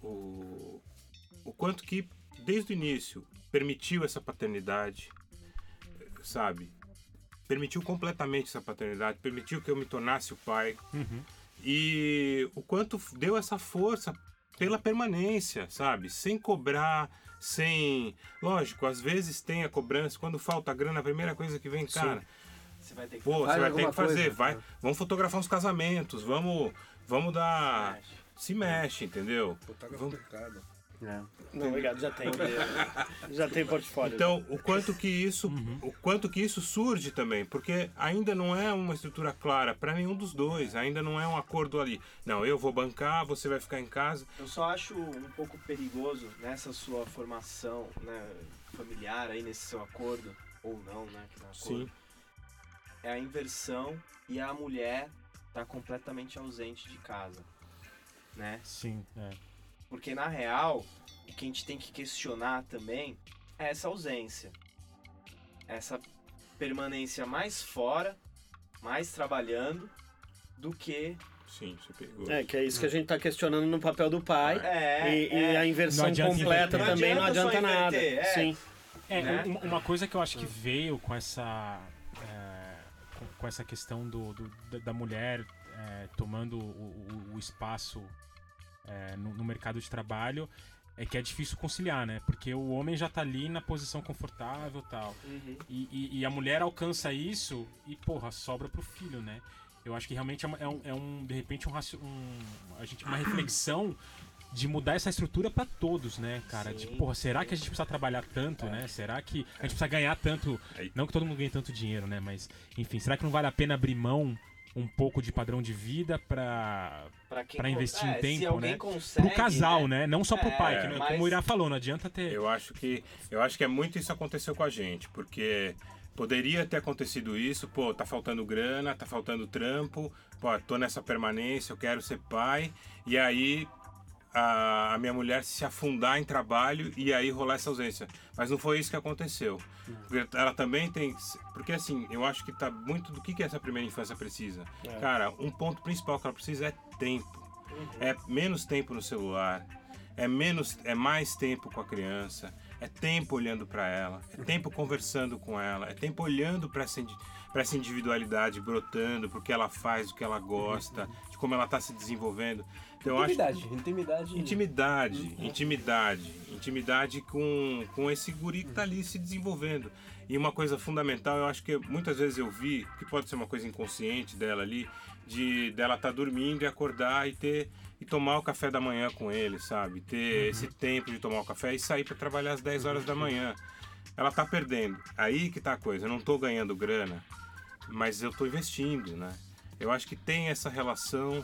o, o quanto que, desde o início, permitiu essa paternidade, sabe? Permitiu completamente essa paternidade, permitiu que eu me tornasse o pai. Uhum. E o quanto deu essa força pela permanência, sabe? Sem cobrar, sem... Lógico, às vezes tem a cobrança, quando falta grana, a primeira coisa que vem, cara... Você vai ter que Pô, Faz você vai ter alguma que fazer, coisa. vai, vamos fotografar uns casamentos, vamos, vamos dar... Mexe. Se mexe, entendeu? Vamos- É. Não, obrigado, já tem. Já tem portfólio. Então, o quanto que isso, o quanto que isso surge também, porque ainda não é uma estrutura clara para nenhum dos dois, ainda não é um acordo ali. Não, eu vou bancar, você vai ficar em casa. Eu só acho um pouco perigoso nessa sua formação, né, familiar aí nesse seu acordo, ou não, né, que não é acordo, Sim. é a inversão e a mulher tá completamente ausente de casa, né? Sim, é. Porque na real, o que a gente tem que questionar também é essa ausência. Essa permanência mais fora, mais trabalhando, do que... Sim, isso é perigoso. É, que é isso que a gente tá questionando no papel do pai. É, E, e é. a inversão Não adianta completa inverter. também Não não adianta adianta só nada. inverter, é. Sim. É, Né? uma, uma coisa que eu acho que veio com essa é, com, com essa questão do, do- da- da mulher é, tomando o, o- o espaço é, no, no mercado de trabalho é que é difícil conciliar, né? Porque o homem já tá ali na posição confortável e tal. Uhum. E, e- e a mulher alcança isso e, porra, sobra pro filho, né? Eu acho que realmente é, uma- é um, é um, de repente, um, raci- um- a gente, uma reflexão de mudar essa estrutura pra todos, né, cara? Sim, Tipo, porra, será sim. que a gente precisa trabalhar tanto, né? Será que a gente precisa ganhar tanto... Aí- Não que todo mundo ganhe tanto dinheiro, né? Mas, enfim, será que não vale a pena abrir mão um pouco de padrão de vida pra, Pra, quem pra con- investir é, em tempo, se alguém né? consegue, pro casal, né? né? Não só pro É, pai, que, não- mas- como o Irá falou, não adianta ter... Eu acho que eu acho que é muito isso aconteceu com a gente, porque poderia ter acontecido isso, pô, tá faltando grana, tá faltando trampo, pô, tô nessa permanência, eu quero ser pai, e aí a, a minha mulher se afundar em trabalho e aí rolar essa ausência. Mas não foi isso que aconteceu. Porque ela também tem... Porque assim, eu acho que tá muito do que, que essa primeira infância precisa. É. Cara, um ponto principal que ela precisa é tempo. Uhum. É menos tempo no celular, é menos, é mais tempo com a criança, é tempo olhando para ela, é tempo conversando com ela, é tempo olhando para essa, para essa individualidade brotando, porque ela faz, o que ela gosta, de como ela está se desenvolvendo. Então, eu Intimidade, acho que... intimidade. Intimidade, intimidade, intimidade com, com esse guri que tá ali se desenvolvendo. E uma coisa fundamental, eu acho que muitas vezes eu vi, que pode ser uma coisa inconsciente dela ali, de dela estar tá dormindo e acordar e ter e tomar o café da manhã com ele, sabe? Ter esse tempo de tomar o café e sair para trabalhar às dez horas da manhã. Ela tá perdendo. Aí que tá a coisa, eu não tô ganhando grana, mas eu tô investindo, né? Eu acho que tem essa relação,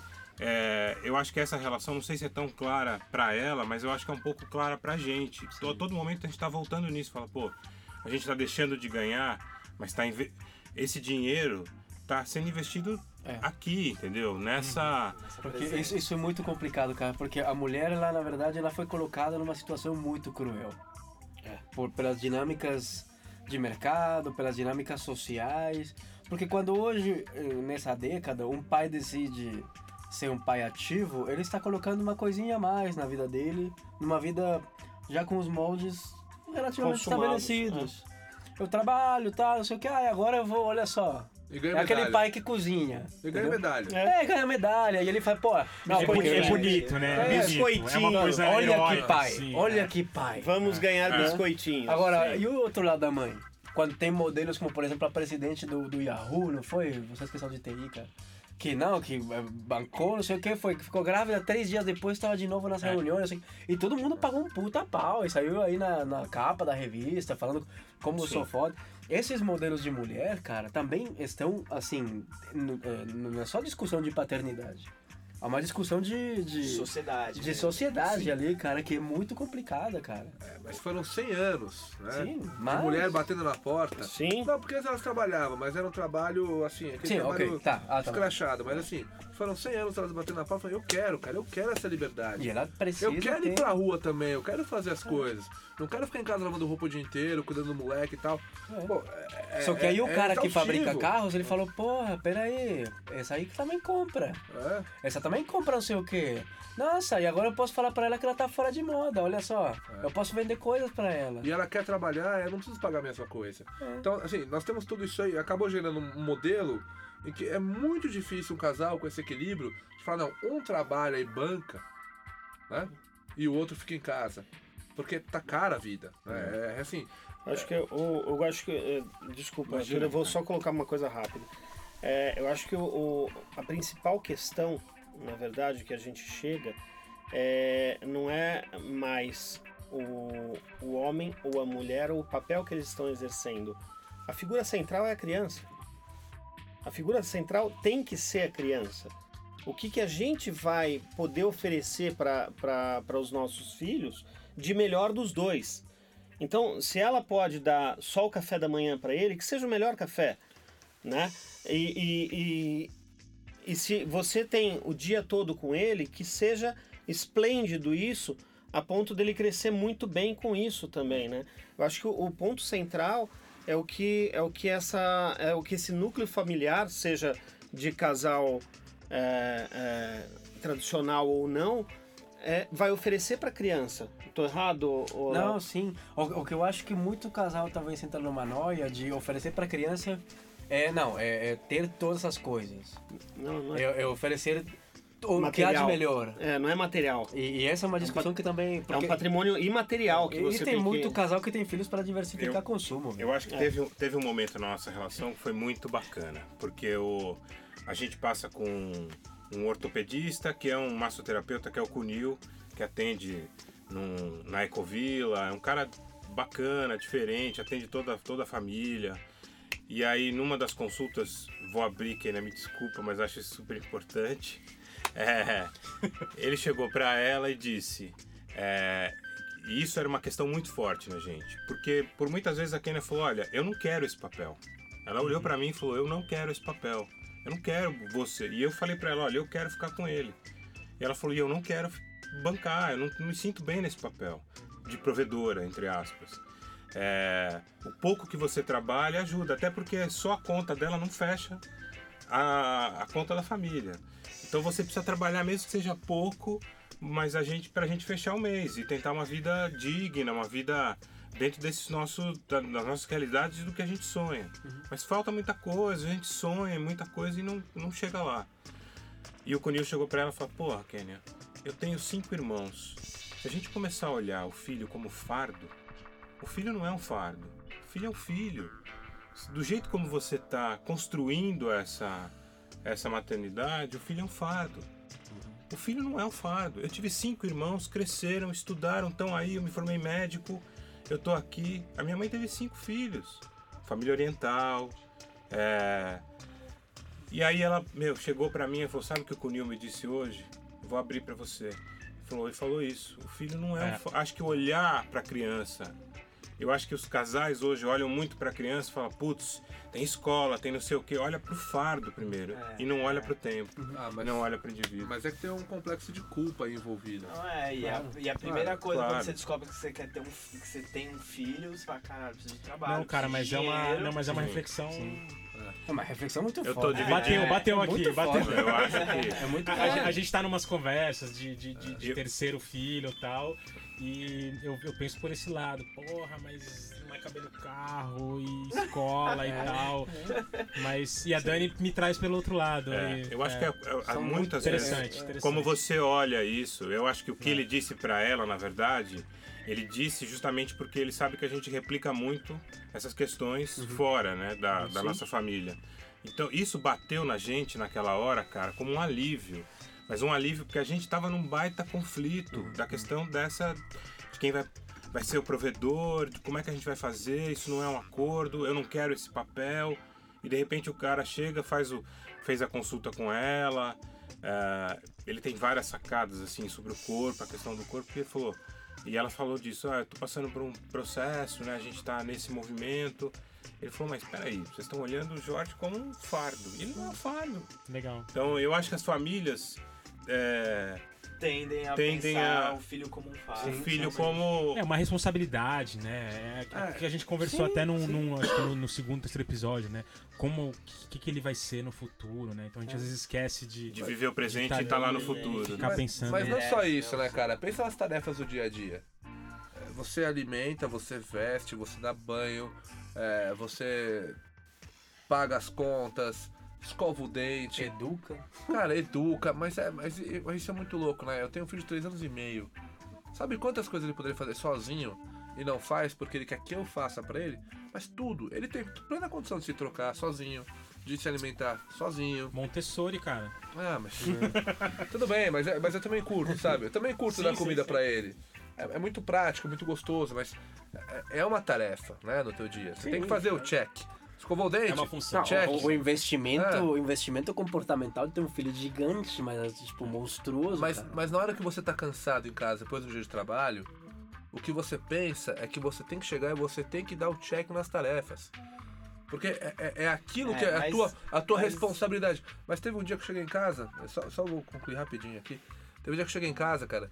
é, eu acho que essa relação, não sei se é tão clara para ela, mas eu acho que é um pouco clara pra gente. Todo, todo momento a gente tá voltando nisso, fala, pô, a gente tá deixando de ganhar, mas tá inve... esse dinheiro tá sendo investido é. aqui, entendeu? Nessa... Porque isso, isso é muito complicado, cara, porque a mulher, ela, na verdade, ela foi colocada numa situação muito cruel. É. Por, pelas dinâmicas de mercado, pelas dinâmicas sociais. Porque quando hoje, nessa década, um pai decide ser um pai ativo, ele está colocando uma coisinha a mais na vida dele, numa vida já com os moldes relativamente Consumados, estabelecidos. É. Eu trabalho, tá, não sei o que, ah, agora eu vou, olha só. E ganha é aquele medalha. pai que cozinha. E ganha medalha. É, ganha medalha. E ele fala, pô, não, É, porque é bonito, né? É, bonito. biscoitinho. É uma coisa olha heróica, que pai, assim, olha é. que pai. Vamos ganhar É. biscoitinhos. Agora, Sim. e o outro lado da mãe? Quando tem modelos como, por exemplo, a presidente do, do Yahoo, não foi? Vocês que são de T I, cara. Que não, que bancou, não sei o que, foi, que ficou grávida três dias depois, estava de novo nas É. reuniões, assim, e todo mundo pagou um puta pau, e saiu aí na, na capa da revista, falando como eu sou foda. Esses modelos de mulher, cara, também estão, assim, n- é, não é só discussão de paternidade, é uma discussão de... de Sociedade. de né? sociedade Sim. ali, cara, que é muito complicada, cara. É, mas foram cem anos, né? Sim, De mas... mulher batendo na porta. Sim. Não, porque elas trabalhavam, mas era um trabalho, assim, aquele Sim, trabalho ok, tá. Ah, tá. escrachado. Mas assim, foram cem anos elas batendo na porta, falando, eu quero, cara, eu quero essa liberdade. E ela precisa Eu quero ter... ir pra rua também, eu quero fazer as coisas. Não quero ficar em casa lavando roupa o dia inteiro, cuidando do moleque e tal. É. Pô, é- Só que aí é- o é cara que exaustivo. fabrica carros, ele falou, porra, peraí, essa aí que também compra. É. Essa também compra não sei o quê. Nossa, e agora eu posso falar pra ela que ela tá fora de moda, olha só. Eu posso vender coisas pra ela. E ela quer trabalhar, eu não preciso pagar a mesma coisa. É. Então, assim, nós temos tudo isso aí, acabou gerando um modelo em que é muito difícil um casal com esse equilíbrio de falar, não, um trabalha e banca, né? E o outro fica em casa. Porque tá cara a vida. Né? É assim. Acho que eu, eu acho que. eh, Desculpa, Imagina, eu vou cara. só colocar uma coisa rápida. É, eu acho que o, o- a principal questão, na verdade, que a gente chega é, não é mais o, o homem ou a mulher ou o papel que eles estão exercendo. A figura central é a criança. A figura central tem que ser a criança. O que, que a gente vai poder oferecer para os nossos filhos de melhor dos dois? Então, se ela pode dar só o café da manhã para ele, que seja o melhor café, né? E, e, e, e se você tem o dia todo com ele, que seja esplêndido isso, a ponto dele crescer muito bem com isso também, né? Eu acho que o, o ponto central é o que é o que essa é o que esse núcleo familiar, seja de casal é, é, tradicional ou não, é, vai oferecer para a criança. Tô errado? Ou... Não, sim. O, o que eu acho que muito casal talvez entra numa noia de oferecer pra criança é, não, é, é ter todas essas coisas. Não, não é. É, é oferecer o que há de Material. melhor. É, não é material. E, e essa é uma discussão que também... É um porque- patrimônio imaterial que e você tem, tem muito que... casal que tem filhos para diversificar Eu- consumo. velho. Eu acho que teve, um- teve um momento na nossa relação que foi muito bacana, porque o, a gente passa com um ortopedista, que é um massoterapeuta, que é o Cunil, que atende num, na Ecovila, é um cara bacana, diferente, atende toda, toda a família. E aí, numa das consultas, vou abrir, que ainda me desculpa, mas acho isso super importante, é, ele chegou para ela e disse... É, e isso era uma questão muito forte na gente, porque por muitas vezes a Kenia falou, olha, eu não quero esse papel. Ela olhou pra mim e falou, eu não quero esse papel, eu não quero você. E eu falei pra ela, olha, eu quero ficar com ele. E ela falou, e eu não quero bancar, eu não, não me sinto bem nesse papel de provedora, entre aspas. É, o pouco que você trabalha ajuda, até porque só a conta dela não fecha a, a conta da família. Então você precisa trabalhar mesmo que seja pouco, mas a gente, pra gente fechar o mês e tentar uma vida digna, uma vida dentro desses nossos, das nossas realidades e do que a gente sonha. Uhum. Mas falta muita coisa, a gente sonha muita coisa e não, não chega lá. E o Cunil chegou pra ela e falou, porra, Kênia, eu tenho cinco irmãos. Se a gente começar a olhar o filho como fardo, o filho não é um fardo. O filho é um filho. Do jeito como você está construindo essa, essa maternidade, o filho é um fardo. O filho não é um fardo. Eu tive cinco irmãos, cresceram, estudaram, estão aí, eu me formei médico, eu tô aqui. A minha mãe teve cinco filhos. Família oriental. É... E aí ela, meu, chegou pra mim e falou, sabe o que o Cunil me disse hoje? Eu vou abrir pra você. Ele falou, ele falou isso. O filho não é, é. um fardo. Acho que olhar pra criança... Eu acho que os casais hoje olham muito pra criança e falam, putz, tem escola, tem não sei o quê. Olha pro fardo primeiro é, e não olha é. pro tempo, ah, mas, não olha pro indivíduo. Mas é que tem um complexo de culpa aí envolvido. Não é, e, claro. a, e a primeira claro, coisa claro. quando você descobre que você quer ter um, que você tem um filho, você fala, caralho, preciso de trabalho. Não, cara, mas é uma, não, mas é uma reflexão... Sim. É uma reflexão muito eu foda. Tô bateu, é, bateu é aqui, bateu. Foda. Eu acho que... É muito a, a, a gente tá numas conversas de, de, de, de terceiro filho e tal, e eu, eu penso por esse lado, porra, mas não vai caber no carro, e escola e tal, mas... E a Dani me traz pelo outro lado. É, e, eu acho é, que é, é, muitas vezes, interessante, interessante. como você olha isso, eu acho que o que é. ele disse pra ela, na verdade... Ele disse justamente porque ele sabe que a gente replica muito essas questões uhum. fora, né, da, da nossa família. Então, isso bateu na gente naquela hora, cara, como um alívio. Mas um alívio porque a gente tava num baita conflito uhum. da questão dessa... De quem vai, vai ser o provedor, de como é que a gente vai fazer, isso não é um acordo, eu não quero esse papel. E, de repente, o cara chega, faz o, fez a consulta com ela. Uh, ele tem várias sacadas, assim, sobre o corpo, a questão do corpo, porque ele falou... E ela falou disso, ah, eu tô passando por um processo, né, a gente tá nesse movimento. Ele falou, mas peraí, vocês estão olhando o Jorge como um fardo. Ele não é um fardo. Legal. Então eu acho que as famílias é, tendem a tendem pensar a, o filho como um fardo. O filho como... É uma responsabilidade, né? É, é, que a gente conversou sim, até num, num, acho que no, no segundo, terceiro episódio, né? Como, o que, que ele vai ser no futuro, né? Então a gente é. às vezes esquece de... De viver o presente tá, e estar tá lá no futuro. Ficar mas, pensando... Mas não é só isso, né, cara? Pensa nas tarefas do dia a dia. Você alimenta, você veste, você dá banho, é, você paga as contas, escova o dente. Educa. Cara, educa, mas, é, mas isso é muito louco, né? Eu tenho um filho de três anos e meio. Sabe quantas coisas ele poderia fazer sozinho e não faz porque ele quer que eu faça pra ele? Mas tudo. Ele tem plena condição de se trocar sozinho, de se alimentar sozinho. Montessori, cara. Ah, mas... Tudo bem, mas, é, mas eu também curto, sabe? Eu também curto sim, dar comida sim, sim. pra ele. É, é muito prático, muito gostoso, mas é, é uma tarefa, né, no teu dia. Você sim, tem que fazer é. o check. Escovou o dente? É uma função. Check. O, o investimento, é. o investimento comportamental de ter um filho gigante, mas tipo monstruoso. Mas, cara. mas na hora que você tá cansado em casa depois do dia de trabalho, o que você pensa é que você tem que chegar e você tem que dar o check nas tarefas. Porque é, é, é aquilo é, que é mas, a tua, a tua mas... responsabilidade. Mas teve um dia que eu cheguei em casa, só, só vou concluir rapidinho aqui. Teve um dia que eu cheguei em casa, cara.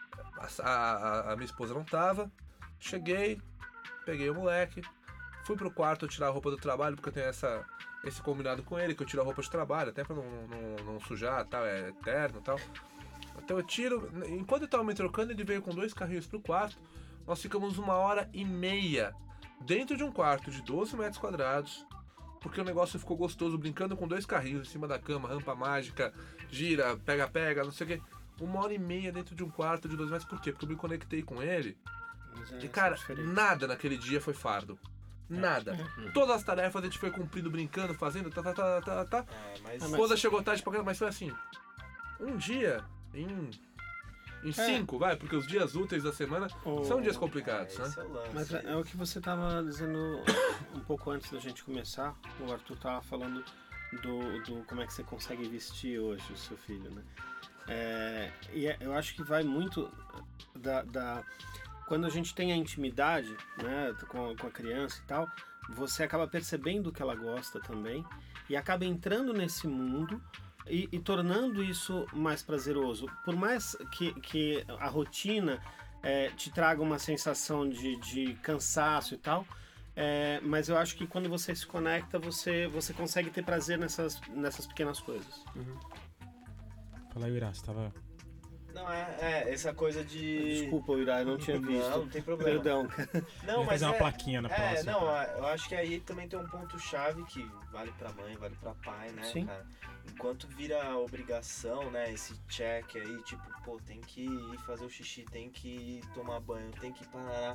A, a, a minha esposa não tava. Cheguei, peguei o moleque, fui pro quarto tirar a roupa do trabalho, porque eu tenho essa, esse combinado com ele, que eu tiro a roupa de trabalho, até pra não, não, não sujar, tal, é eterno e tal. Então eu tiro, enquanto eu tava me trocando, ele veio com dois carrinhos pro quarto. Nós ficamos uma hora e meia dentro de um quarto de doze metros quadrados, porque o negócio ficou gostoso, brincando com dois carrinhos em cima da cama, rampa mágica, gira, pega-pega, não sei o que. Uma hora e meia dentro de um quarto de doze metros, por quê? Porque eu me conectei com ele. É, e cara, nada naquele dia foi fardo. Nada. É. Todas as tarefas a gente foi cumprindo, brincando, fazendo, tá, tá, tá, tá, tá. É, mas... A esposa chegou tarde pra casa, mas foi assim. Um dia, em, em é. cinco, vai, porque os dias úteis da semana oh, são dias complicados, é, né? É o lance. Mas é, é o que você tava dizendo um pouco antes da gente começar. O Arthur tava falando do, do como é que você consegue vestir hoje o seu filho, né? É, e eu acho que vai muito da, da quando a gente tem a intimidade, né, com, com a criança e tal, você acaba percebendo o que ela gosta também e acaba entrando nesse mundo e, e tornando isso mais prazeroso. Por mais que, que a rotina é, te traga uma sensação de, de cansaço e tal, é, mas eu acho que quando você se conecta, você, você consegue ter prazer nessas, nessas pequenas coisas. Uhum. Fala aí, Irá, você tava... Não, é, é essa coisa de... Desculpa, Irá, eu não tinha visto. Não, não tem problema. Perdão. Não, Vou mas fazer uma é, plaquinha na é, próxima. não, eu acho que aí também tem um ponto-chave que vale pra mãe, vale pra pai, né, Sim. cara? Enquanto vira obrigação, né, esse check aí, tipo, pô, tem que ir fazer o xixi, tem que ir tomar banho, tem que parar.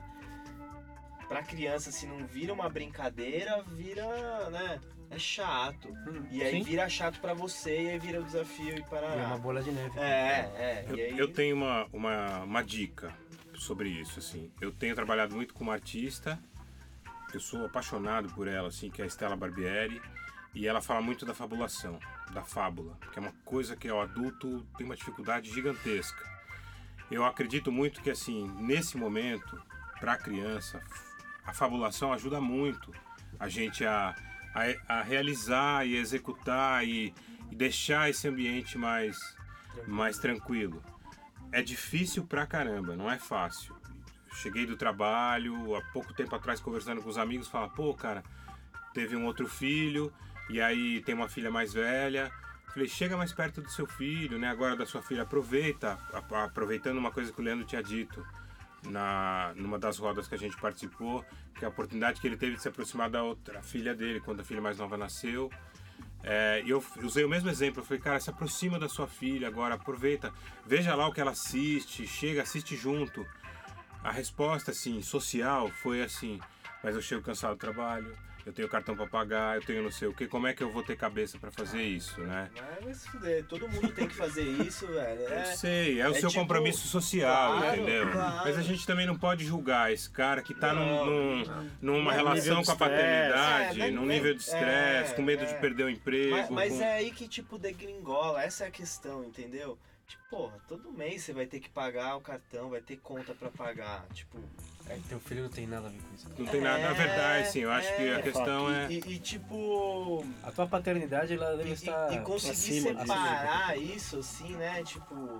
Pra criança, se não vira uma brincadeira, vira, né, é chato. Hum, E aí sim. vira chato pra você e aí vira o desafio e É parará. uma bola de neve. É, é, Eu, e aí... eu tenho uma, uma, uma dica sobre isso, assim. Eu tenho trabalhado muito com uma artista, eu sou apaixonado por ela, assim, que é a Stella Barbieri, e ela fala muito da fabulação, da fábula, que é uma coisa que o adulto tem uma dificuldade gigantesca. Eu acredito muito que, assim, nesse momento, para a criança, a fabulação ajuda muito a gente a, a, a realizar e executar e, e deixar esse ambiente mais, mais tranquilo. É difícil pra caramba, não é fácil. Cheguei do trabalho, há pouco tempo atrás conversando com os amigos, fala, pô, cara, teve um outro filho, e aí tem uma filha mais velha. Falei, chega mais perto do seu filho, né? Agora da sua filha, aproveita, a- aproveitando uma coisa que o Leandro tinha dito na, numa das rodas que a gente participou, que é a oportunidade que ele teve de se aproximar da outra filha dele, quando a filha mais nova nasceu. É, e eu usei o mesmo exemplo, eu falei, cara, se aproxima da sua filha agora, aproveita, veja lá o que ela assiste, chega, assiste junto. A resposta, assim, social foi assim, mas eu chego cansado do trabalho, eu tenho cartão pra pagar, eu tenho não sei o que, como é que eu vou ter cabeça pra fazer isso, né? Mas vai se fuder, todo mundo tem que fazer isso, velho. É, Eu sei, é o é seu tipo- compromisso social, Claro, entendeu? claro. Mas a gente também não pode julgar esse cara que tá num, Não, num- numa Não, relação nível de com a paternidade, estresse. É, num não- nível de estresse, é, com medo é. de perder o emprego. Mas, mas com- é aí que, tipo, degringola, essa é a questão, entendeu? Tipo, porra, todo mês você vai ter que pagar o cartão, vai ter conta pra pagar, tipo... É, teu filho não tem nada a ver com isso. Não tem nada, na verdade, sim, eu acho que a é, questão é... E, e, tipo... A tua paternidade, ela deve E, estar... e, e conseguir acima disso. separar isso, assim, né? Tipo...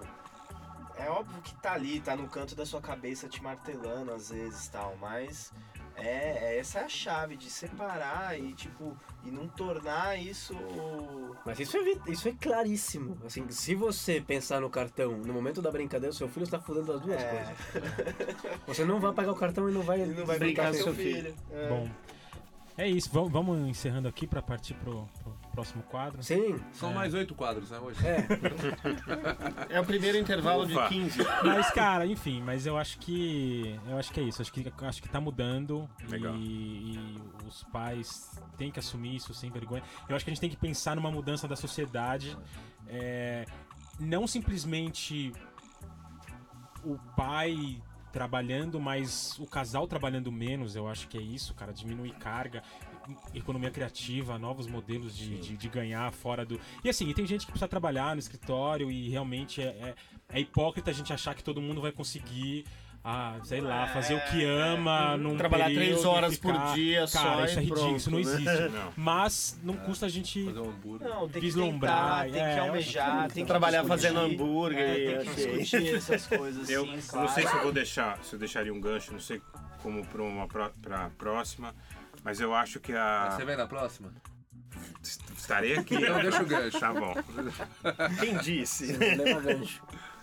É óbvio que tá ali, tá no canto da sua cabeça te martelando às vezes tal, mas... É, é essa é a chave de separar e, tipo... E não tornar isso... Mas isso é, vi- isso é claríssimo. Assim, se você pensar no cartão no momento da brincadeira, o seu filho está fudendo as duas É. coisas. Você não vai pagar o cartão e não vai, Ele não vai brincar brincar com com seu seu filho. É. Bom, é isso. Vamos, vamos encerrando aqui pra partir pro, pro próximo quadro. Sim. São mais oito quadros, né, hoje? É. É o primeiro intervalo Opa. de quinze. Mas, cara, enfim, mas eu acho que. Eu acho que é isso. Acho que, acho que tá mudando. Legal. E, e os pais têm que assumir isso sem vergonha. Eu acho que a gente tem que pensar numa mudança da sociedade. É, não simplesmente o pai trabalhando, mas o casal trabalhando menos. Eu acho que é isso, cara. Diminuir carga. Economia criativa, novos modelos de, de, de ganhar fora do... E assim, e tem gente que precisa trabalhar no escritório e realmente é, é, é hipócrita a gente achar que todo mundo vai conseguir, ah, sei lá, fazer o que ama num Trabalhar período três e horas ficar... por dia Cara, só isso é e ridículo, pronto, isso não né? existe. Não. Mas não custa a gente... Fazer um hambúrguer. Não, tem que Vislumbrar, tentar, tem é, que eu acho almejar, que tem que Trabalhar discutir. fazendo hambúrguer. É, tem que ok. discutir essas coisas, Eu sim, não claro. sei se eu vou deixar, se eu deixaria um gancho, não sei como para uma pró- pra próxima, mas eu acho que Ah, a... Você vem na próxima? Estarei aqui. Então deixa o gancho. Tá bom. Quem disse? Leva gancho.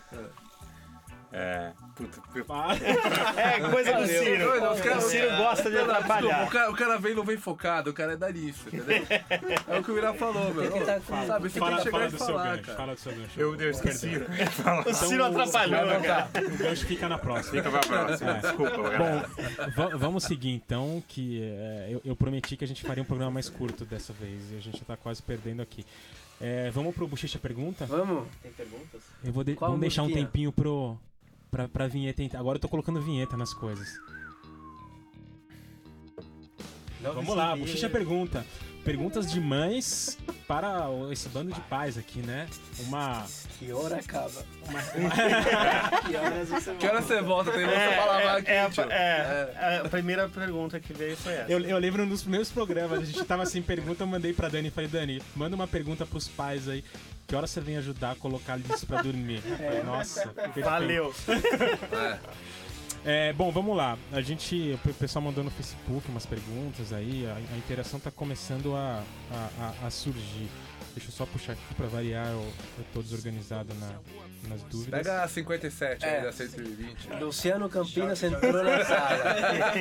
É... Puta, eu- É coisa do Ciro. Não, os O caras- Ciro gosta de Não, não, desculpa, atrapalhar. o, cara, o cara vem e não vem focado, o cara é danista, entendeu? É o que o Irá falou, meu. Tem que tá com- Sabe, você tem Fala, que chegar fala e do seu falar, gancho, cara. fala do seu gancho. eu, eu esqueci. O Ciro atrapalhou, Não, cara. O gancho fica na próxima. Fica pra próxima. É. Desculpa, galera. Bom, va- vamos seguir então, que é, eu, eu prometi que a gente faria um programa mais curto dessa vez e a gente já tá quase perdendo aqui. É, vamos pro Bochecha Pergunta? Vamos. Tem perguntas? Eu vou de- Qual vamos deixar um musiquinha? tempinho pro, pra, pra vinheta. ent- Agora eu tô colocando vinheta nas coisas. Vamos lá, Bochecha Pergunta. perguntas de mães para o- esse bando de pais aqui, né? Uma... Que hora acaba? Que horas você Que hora você volta? Tem outra É, palavra é, aqui, é, tio. é, a primeira pergunta que veio foi essa. Eu, eu lembro nos primeiros programas, a gente tava sem pergunta, eu mandei pra Dani e falei, Dani, manda uma pergunta pros pais aí. Que hora você vem ajudar a colocar isso pra dormir? Eu falei, nossa, perfeito. Valeu. É. É, bom, vamos lá. A gente, o pessoal mandou no Facebook umas perguntas aí, a, a interação tá começando a, a, a- a surgir. Deixa eu só puxar aqui pra variar, eu, eu tô desorganizado na, nas dúvidas. Pega a cinquenta e sete É. aí da cento e vinte. Luciano Campinas entrou na sala.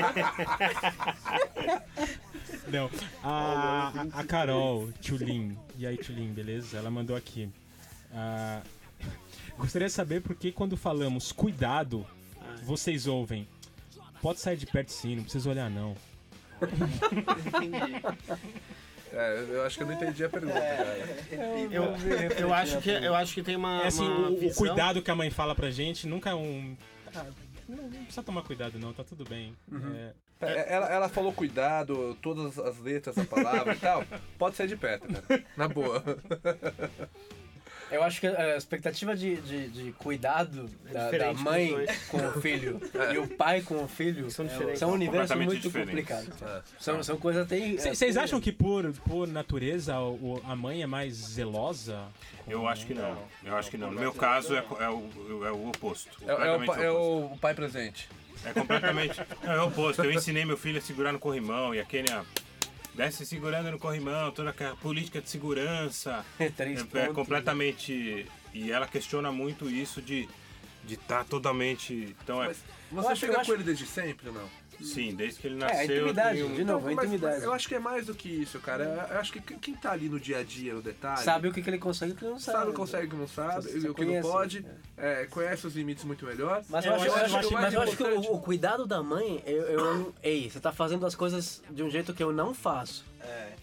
Não, a, a, a Carol Tchulin, e aí Tchulin, beleza? Ela mandou aqui. Ah, gostaria de saber por que quando falamos cuidado, vocês ouvem. Pode sair de perto sim, não precisa olhar não. É, eu acho que eu não entendi a pergunta, cara. Eu, eu, acho que, eu acho que tem uma. É assim, uma o, o visão- cuidado que a mãe fala pra gente nunca é um... Ah, não, não precisa tomar cuidado não, tá tudo bem. É, É, Ela, ela falou cuidado, todas as letras da palavra e tal. Pode sair de perto, cara. Na boa. Eu acho que a expectativa de, de, de cuidado da, da diferente dos mãe dois. com o filho e o pai com o filho São é, diferentes. são universos Completamente muito diferentes. complicados. É. São, são coisas tem. Vocês acham que por, por natureza o- a mãe é mais zelosa? Eu acho que não. Eu acho que não. No meu caso é, é o, é o oposto. É, é o, Completamente pa- é oposto. o pai presente. É completamente. Não, é o oposto. Eu ensinei meu filho a segurar no corrimão e a Kênia desce segurando no corrimão, toda aquela política de segurança. Três É, é pontos. completamente. E ela questiona muito isso de de estar totalmente. Então é. Mas Eu você acho- fica eu com acho- ele desde sempre ou não? Sim, desde que ele É, a nasceu. eu intimidade, tenho- de novo, a Mas- intimidade. mas eu acho que é mais do que isso, cara. Eu, eu acho que quem tá ali no dia a dia, no detalhe, Sabe o que, que ele consegue e o que ele não sabe. sabe o que consegue e o que não sabe, Você- e você o que não conhece, pode, é, conhece os limites muito melhor. Mas eu, Eu acho, acho- eu eu acho acho que, mais mas eu acho que importante- o, o cuidado da mãe, eu, eu, ei, você tá fazendo as coisas de um jeito que eu não faço. É.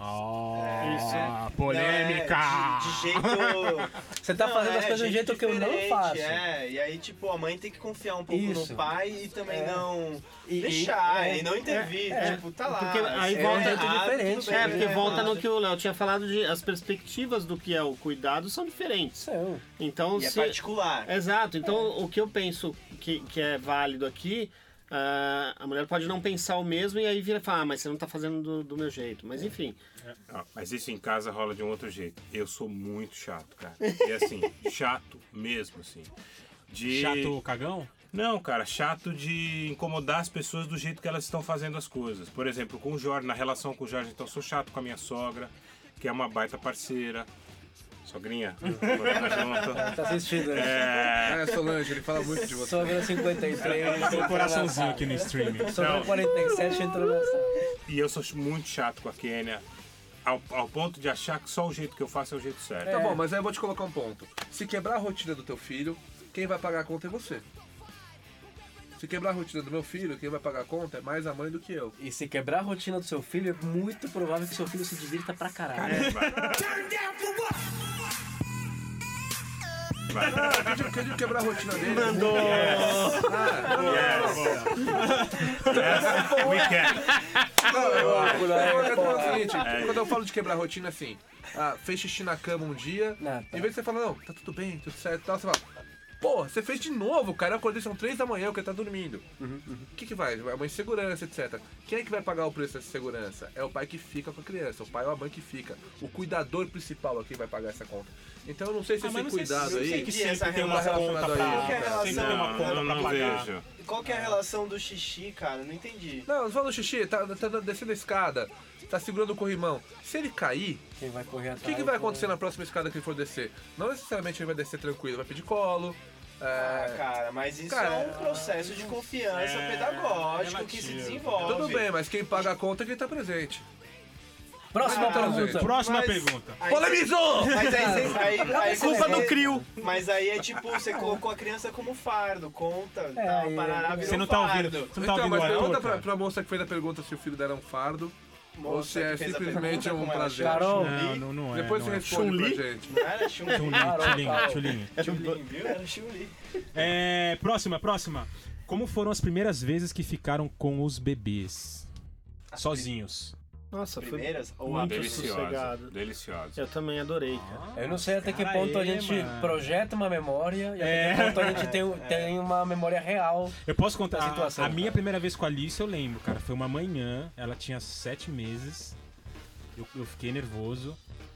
Ah, polêmica! É, de, de jeito. Você tá Não, fazendo é, as coisas de um jeito que eu não diferente, faço. É, e aí, tipo, a mãe tem que confiar um pouco Isso. no pai e também É. não E- deixar, e- e, não intervir. é, tipo, tá lá. porque aí se volta- der é um jeito errado, diferente. tudo bem, É, porque né? volta no Relaxa. que o Léo tinha falado de as perspectivas do que é o cuidado são diferentes. São. Então, E é se... particular. Exato. Então, o que eu penso que, que é válido aqui, ah, a mulher pode não pensar o mesmo e aí vira e fala, ah, mas você não tá fazendo do, do meu jeito. Mas enfim. Ah, mas isso em casa rola de um outro jeito. Eu sou muito chato, cara. E assim, chato mesmo, assim. De... Chato cagão? Não, cara, chato de incomodar as pessoas do jeito que elas estão fazendo as coisas. Por exemplo, com o Jorge, na relação com o Jorge, então eu sou chato com a minha sogra, que é uma baita parceira. Sogrinha, moramos junto. Tá assistindo, né? É... É, Solange, ele fala muito de você. Sogra cinquenta e três. Tem um coraçãozinho aqui no streaming. Sogra Não. quarenta e sete entrou na sala. E eu sou muito chato com a Kênia, ao, ao ponto de achar que só o jeito que eu faço é o jeito certo. Tá bom, mas aí eu vou te colocar um ponto. Se quebrar a rotina do teu filho, quem vai pagar a conta é você. Se quebrar a rotina do meu filho, quem vai pagar a conta é mais a mãe do que eu. E se quebrar a rotina do seu filho, é muito provável que seu filho se divirta pra caralho. Ah, quem de- quem de quebrar a rotina dele? Mandou! We can. Não, eu, eu, eu, eu falo o seguinte, É quando eu falo de quebrar a rotina assim, ah, fez xixi na cama um dia, Não, tá. em vez de você falar, não, tá tudo bem, tudo certo e tal, você fala, porra, você fez de novo, cara, eu acordei, são três da manhã, o que tá dormindo. O que que vai? Vai uma insegurança, etcétera. Quem é que vai pagar o preço dessa segurança? É o pai que fica com a criança, o pai ou a mãe que fica. O cuidador principal aqui vai pagar essa conta. Então eu não sei se Ah, mas esse não sei se- cuidado não sei aí... que Essa sempre tem uma relação conta relacionada pra... a Qual que é a relação? Sempre tem uma Não, conta eu pra não pagar. vejo. Qual que é a relação do xixi, cara? Não entendi. Não, não fala do xixi, tá, tá descendo a escada, tá segurando o corrimão. Se ele cair, Quem vai correr o atrás? que, que vai acontecer na próxima escada que ele for descer? Não necessariamente ele vai descer tranquilo, vai pedir colo. Ah, É... cara, mas isso Cara, é um processo de confiança é pedagógico que se relativo. desenvolve. Tudo bem, mas quem paga a conta é quem tá presente. Próxima Ah, pergunta. gente. Próxima Mas- pergunta. Aí- Polemizou! Mas aí, você- aí, aí Culpa você- do crio. Mas aí é tipo, você colocou a criança como fardo, conta, tal, aí, parará, é. virou Você não tá ouvindo, fardo. você não tá Então, ouvindo mas o pergunta Arthur, pra, cara? pra moça que fez a pergunta se o filho dela é um fardo ou Moça se é que fez a simplesmente pergunta, um como ela prazer. chama? Carol. Não, não, não é. Depois não você é. responde Chun-Li? pra gente. Não era Chun-Li? Chun-Li, Chun-Li, Chun-Li. Chun-Li, viu? Era Chun-Li. É, próxima, próxima. Como foram as primeiras vezes que ficaram com os bebês? Sozinhos. Nossa, foi primeiras ou muito Deliciosa, sossegado. deliciosa. Eu também adorei, cara. Eu não sei até que Cara, ponto a ele, gente mano. projeta uma memória e É. até que ponto a gente tem, tem uma memória real. Eu posso contar, Da a, situação, a minha cara. primeira vez com a Alice eu lembro, cara, foi uma manhã, ela tinha sete meses, eu, eu fiquei nervoso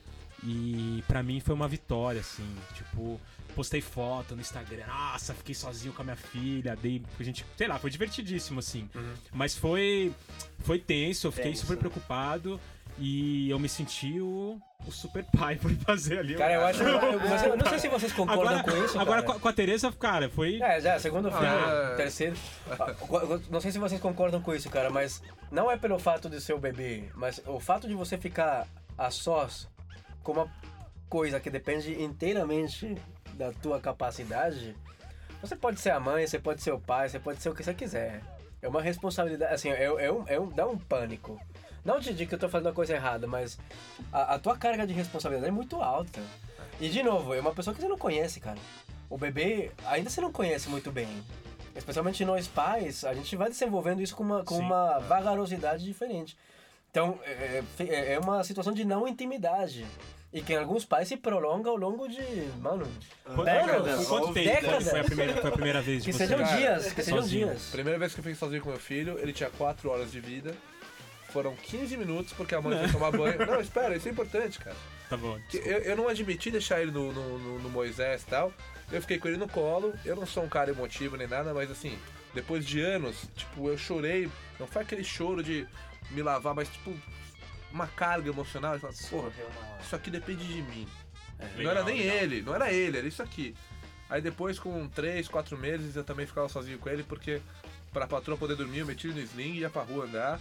e pra mim foi uma vitória, assim, tipo, postei foto no Instagram, nossa, fiquei sozinho com a minha filha, dei, a gente, sei lá, foi divertidíssimo, assim, mas foi, foi tenso, eu fiquei Tenso, super né? preocupado e eu me senti o, o super pai por fazer ali. Cara, eu acho. Eu, eu- mas eu não sei se vocês concordam Agora, com isso. agora cara. com a- com a Tereza, cara, foi... É, já, segundo filho, Ah. terceiro. Ah, Não sei se vocês concordam com isso, cara, mas não é pelo fato de ser o bebê, mas o fato de você ficar a sós com uma coisa que depende inteiramente da tua capacidade. Você pode ser a mãe, você pode ser o pai, você pode ser o que você quiser. É uma responsabilidade, assim, é, é, um, é um, dá um pânico. Não te digo que eu tô fazendo a coisa errada, mas a, a tua carga de responsabilidade é muito alta. E de novo, é uma pessoa que você não conhece, cara. O bebê, ainda você não conhece muito bem. Especialmente nós pais, a gente vai desenvolvendo isso com uma, com Sim. uma vagarosidade diferente. Então, é, é é uma situação de não intimidade. E que em alguns pais se prolonga ao longo de, mano, Quanto, décadas, quanto tempo décadas. foi a primeira, foi a primeira vez de Que você? sejam Cara, dias, que sejam sozinho. dias. Primeira vez que eu fiquei sozinho com meu filho, ele tinha quatro horas de vida. Foram quinze minutos porque a mãe foi tomar banho. Não, espera, isso é importante, cara. Tá bom. Que Eu, eu não admiti deixar ele no, no, no- no Moisés e tal. Eu fiquei com ele no colo. Eu não sou um cara emotivo nem nada, mas assim, depois de anos, tipo, eu chorei. Não foi aquele choro de me lavar, mas tipo, uma carga emocional. Eu falava, porra, isso aqui depende de mim. não Legal, era nem legal. ele, não era ele, era isso aqui. Aí depois, com três, quatro meses, eu também ficava sozinho com ele, porque pra patroa poder dormir, eu meti ele no sling e ia pra rua andar.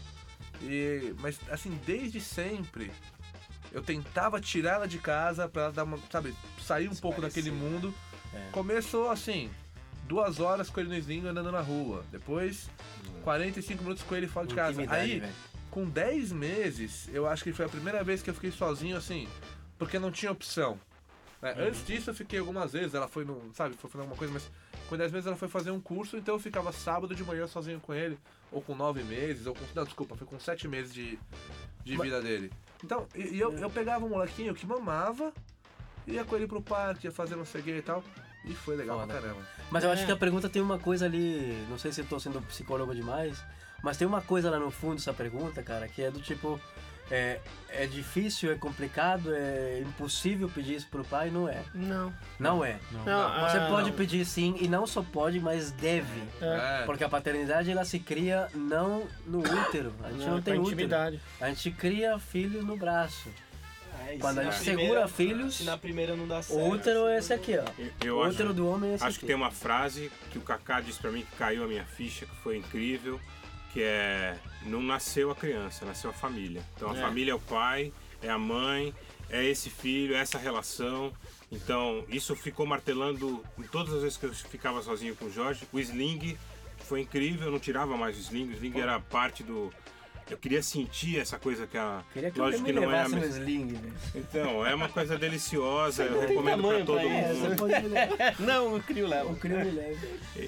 E, mas assim, desde sempre, eu tentava tirar ela de casa pra ela dar uma, sabe, sair um pouco daquele mundo. Começou assim, duas horas com ele no sling andando na rua. Depois, quarenta e cinco minutos com ele fora de casa. Intimidade, Aí, velho. com dez meses, eu acho que foi a primeira vez que eu fiquei sozinho, assim, porque não tinha opção. Né? Antes disso eu fiquei algumas vezes, ela foi no, sabe, foi fazer alguma coisa, mas com dez meses ela foi fazer um curso, então eu ficava sábado de manhã sozinho com ele, ou com nove meses, ou com, não, desculpa, foi com sete meses de, de vida dele. Então, e, e eu, eu pegava um molequinho que mamava, ia com ele pro parque, ia fazer não sei o que e tal, e foi legal Foda. pra caramba. Mas eu acho que a pergunta tem uma coisa ali, não sei se eu tô sendo psicólogo demais, mas tem uma coisa lá no fundo dessa pergunta, cara, que é do tipo, é, é difícil, é complicado, é impossível pedir isso pro pai? Não é. Não. Não é. Não. Não, Você ah, pode não. pedir sim, e não só pode, mas deve. É. Porque a paternidade, ela se cria não no útero, a gente não, Não, tem com útero. intimidade. A gente cria filho no braço. É, e Quando se a na gente primeira- segura filhos, Se na primeira não dá certo. o útero é esse aqui, ó. Eu o acho, útero do homem é esse acho aqui. que tem uma frase que o Kaká disse pra mim que caiu a minha ficha, que foi incrível, que é: não nasceu a criança, nasceu a família. Então a É. família é o pai, é a mãe, é esse filho, é essa relação. Então isso ficou martelando em todas as vezes que eu ficava sozinho com o Jorge. O sling foi incrível, eu não tirava mais o sling, o sling era parte do... Eu queria sentir essa coisa que a... Queria que Lógico alguém que me não é a levasse no mesma... sling, velho. Então, é uma coisa deliciosa, eu tem recomendo pra tamanho todo pra mundo. É, você pode me levar. Não, o Crio leva. O crio me leva. E,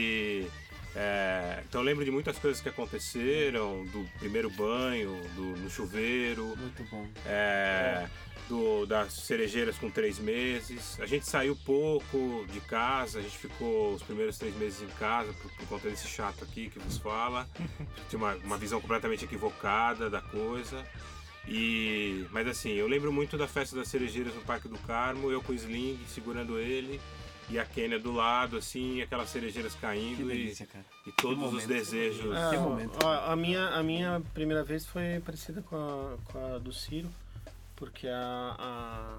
e, é, então eu lembro de muitas coisas que aconteceram, do primeiro banho, do, no chuveiro, Muito bom. é, do, das cerejeiras com três meses. A gente saiu pouco de casa, a gente ficou os primeiros três meses em casa por, por conta desse chato aqui que vos fala. Tinha uma, uma visão completamente equivocada da coisa. E, mas assim, eu lembro muito da festa das cerejeiras no Parque do Carmo, eu com o sling segurando ele. E a Kênia do lado, assim, aquelas cerejeiras Que caindo e, delícia, cara. e todos Que os momento. desejos. Ah, Que momento. ó, a, minha, a minha primeira vez foi parecida com a, com a do Ciro, porque a, a,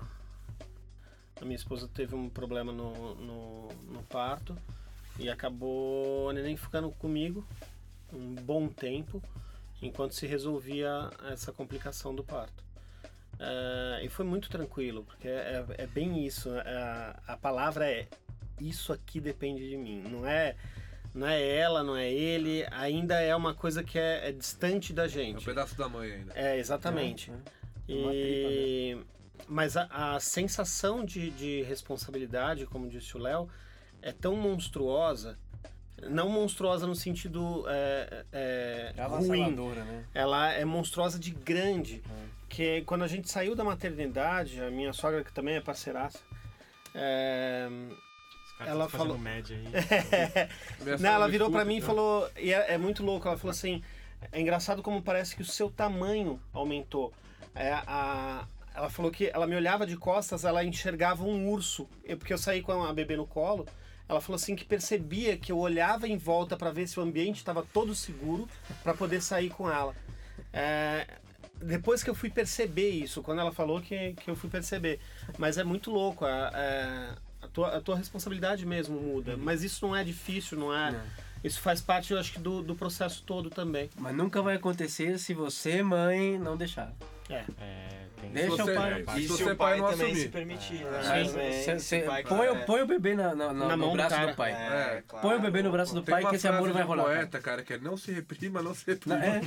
a minha esposa teve um problema no, no, no parto e acabou a neném ficando comigo um bom tempo enquanto se resolvia essa complicação do parto. É, e foi muito tranquilo, porque é, é bem isso, a, a palavra é isso aqui depende de mim, não é, não é ela, não é ele, ainda é uma coisa que é, é distante da É um gente. pedaço da mãe ainda. É, exatamente. É, E... Mas a, a sensação de, de responsabilidade, como disse o Léo, é tão monstruosa não monstruosa no sentido é, é, É ruim. avassaladora, né? Ela é monstruosa de grande. Que quando a gente saiu da maternidade, a minha sogra, que também é parceiraça, é, Os caras ela estão fazendo falou- média aí. Minha Não, ela sogra virou pra escuta, mim e então. falou, e é, é muito louco, ela falou assim, é engraçado como parece que o seu tamanho aumentou. É, a, ela falou que ela me olhava de costas, ela enxergava um urso, eu, porque eu saí com a bebê no colo, ela falou assim que percebia que eu olhava em volta pra ver se o ambiente estava todo seguro pra poder sair com ela. É, depois que eu fui perceber isso, quando ela falou que, que eu fui perceber. Mas é muito louco, a, a, a, tua, a tua responsabilidade mesmo muda. Mas isso não é difícil, não é... Não. Isso faz parte, eu acho que, do, do processo todo também. Mas nunca vai acontecer se você, mãe, não deixar. É. É, tem Deixa Se o você- pai. Se E se você o pai não também assumir. se permitir, né? Sim. Também, Cê- se cê- o pai põe, o- quiser. põe o bebê na, na- na- Na no mão do braço cara. do pai. É, claro. Põe o bebê no braço do Tem pai uma que esse frase amor vai de um rolar. cara. poeta, cara, que é não se reprima, não se Não, reprima. é,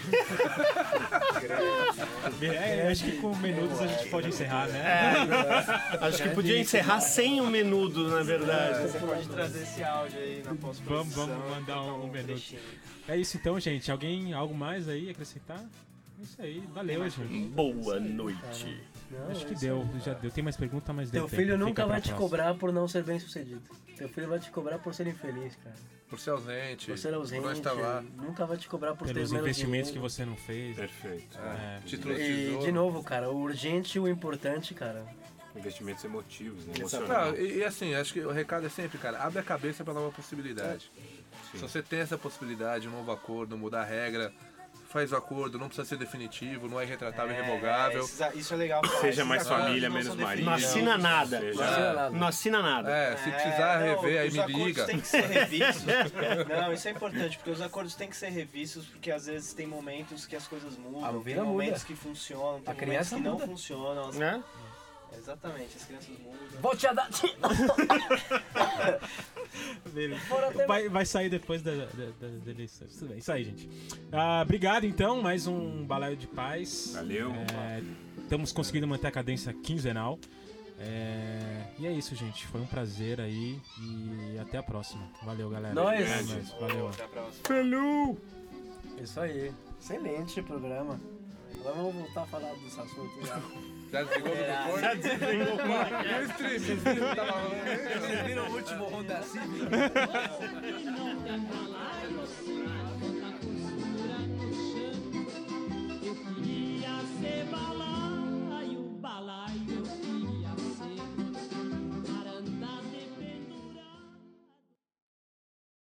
É, acho que com menudos a gente pode encerrar, né? É. Acho que podia encerrar sem o menudo, na verdade. Você pode trazer esse áudio aí na pós-produção. Vamos, vamos mandar um, um menudo. trechinho. É isso então, gente. Alguém, algo mais aí acrescentar? É isso aí. Valeu, gente. Boa noite. não, Acho que é deu. Já deu. Tem mais pergunta, mas deu Teu tempo. filho nunca Fica vai pra te próxima. cobrar por não ser bem sucedido. Teu filho vai te cobrar por ser infeliz, cara. Por ser ausente. Por ser ausente. Por não estar lá. Nunca vai te cobrar por Pelos ter menos investimentos que dinheiro. você não fez. Perfeito. É. Título de E, tesouro. de novo, cara, o urgente e o importante, cara. Investimentos emotivos, né? Não, Emocional. e, e assim, acho que o recado é sempre, cara, abre a cabeça para nova possibilidade. Se você tem essa possibilidade, um novo acordo, mudar a regra, faz o acordo, não precisa ser definitivo, não é retratável e É, revogável. esses- isso é legal. falar. Seja Esses mais acordos família, não menos são marido. Não assina nada. Seja- Não assina nada. Não assina nada. É, se É, precisar não, rever, aí os me acordos liga. têm que ser revistos. Não, isso é importante, porque os acordos têm que ser revistos, porque às vezes tem momentos que as coisas mudam, A tem vida momentos muda. que funcionam, tem A momentos criança que não muda. funcionam. as- Né? Exatamente, as crianças mudam. Vou te dar. Vai, vai sair depois da, da, da, da eleição. Tudo bem, isso aí, gente. Ah, obrigado, então. Mais um Balaio de Paz. Valeu. É, estamos conseguindo manter a cadência quinzenal. É, e é isso, gente. Foi um prazer aí. E até a próxima. Valeu, galera. Nós. É nóis, Valeu. Até a próxima. Isso aí. Excelente programa. Agora vamos voltar a falar dos assuntos. Já. Já desligou o microfone? Já desligou. E o stream? O stream tava rolando. Vocês viram o último Honda Civic? Não quer falar, você vai contar.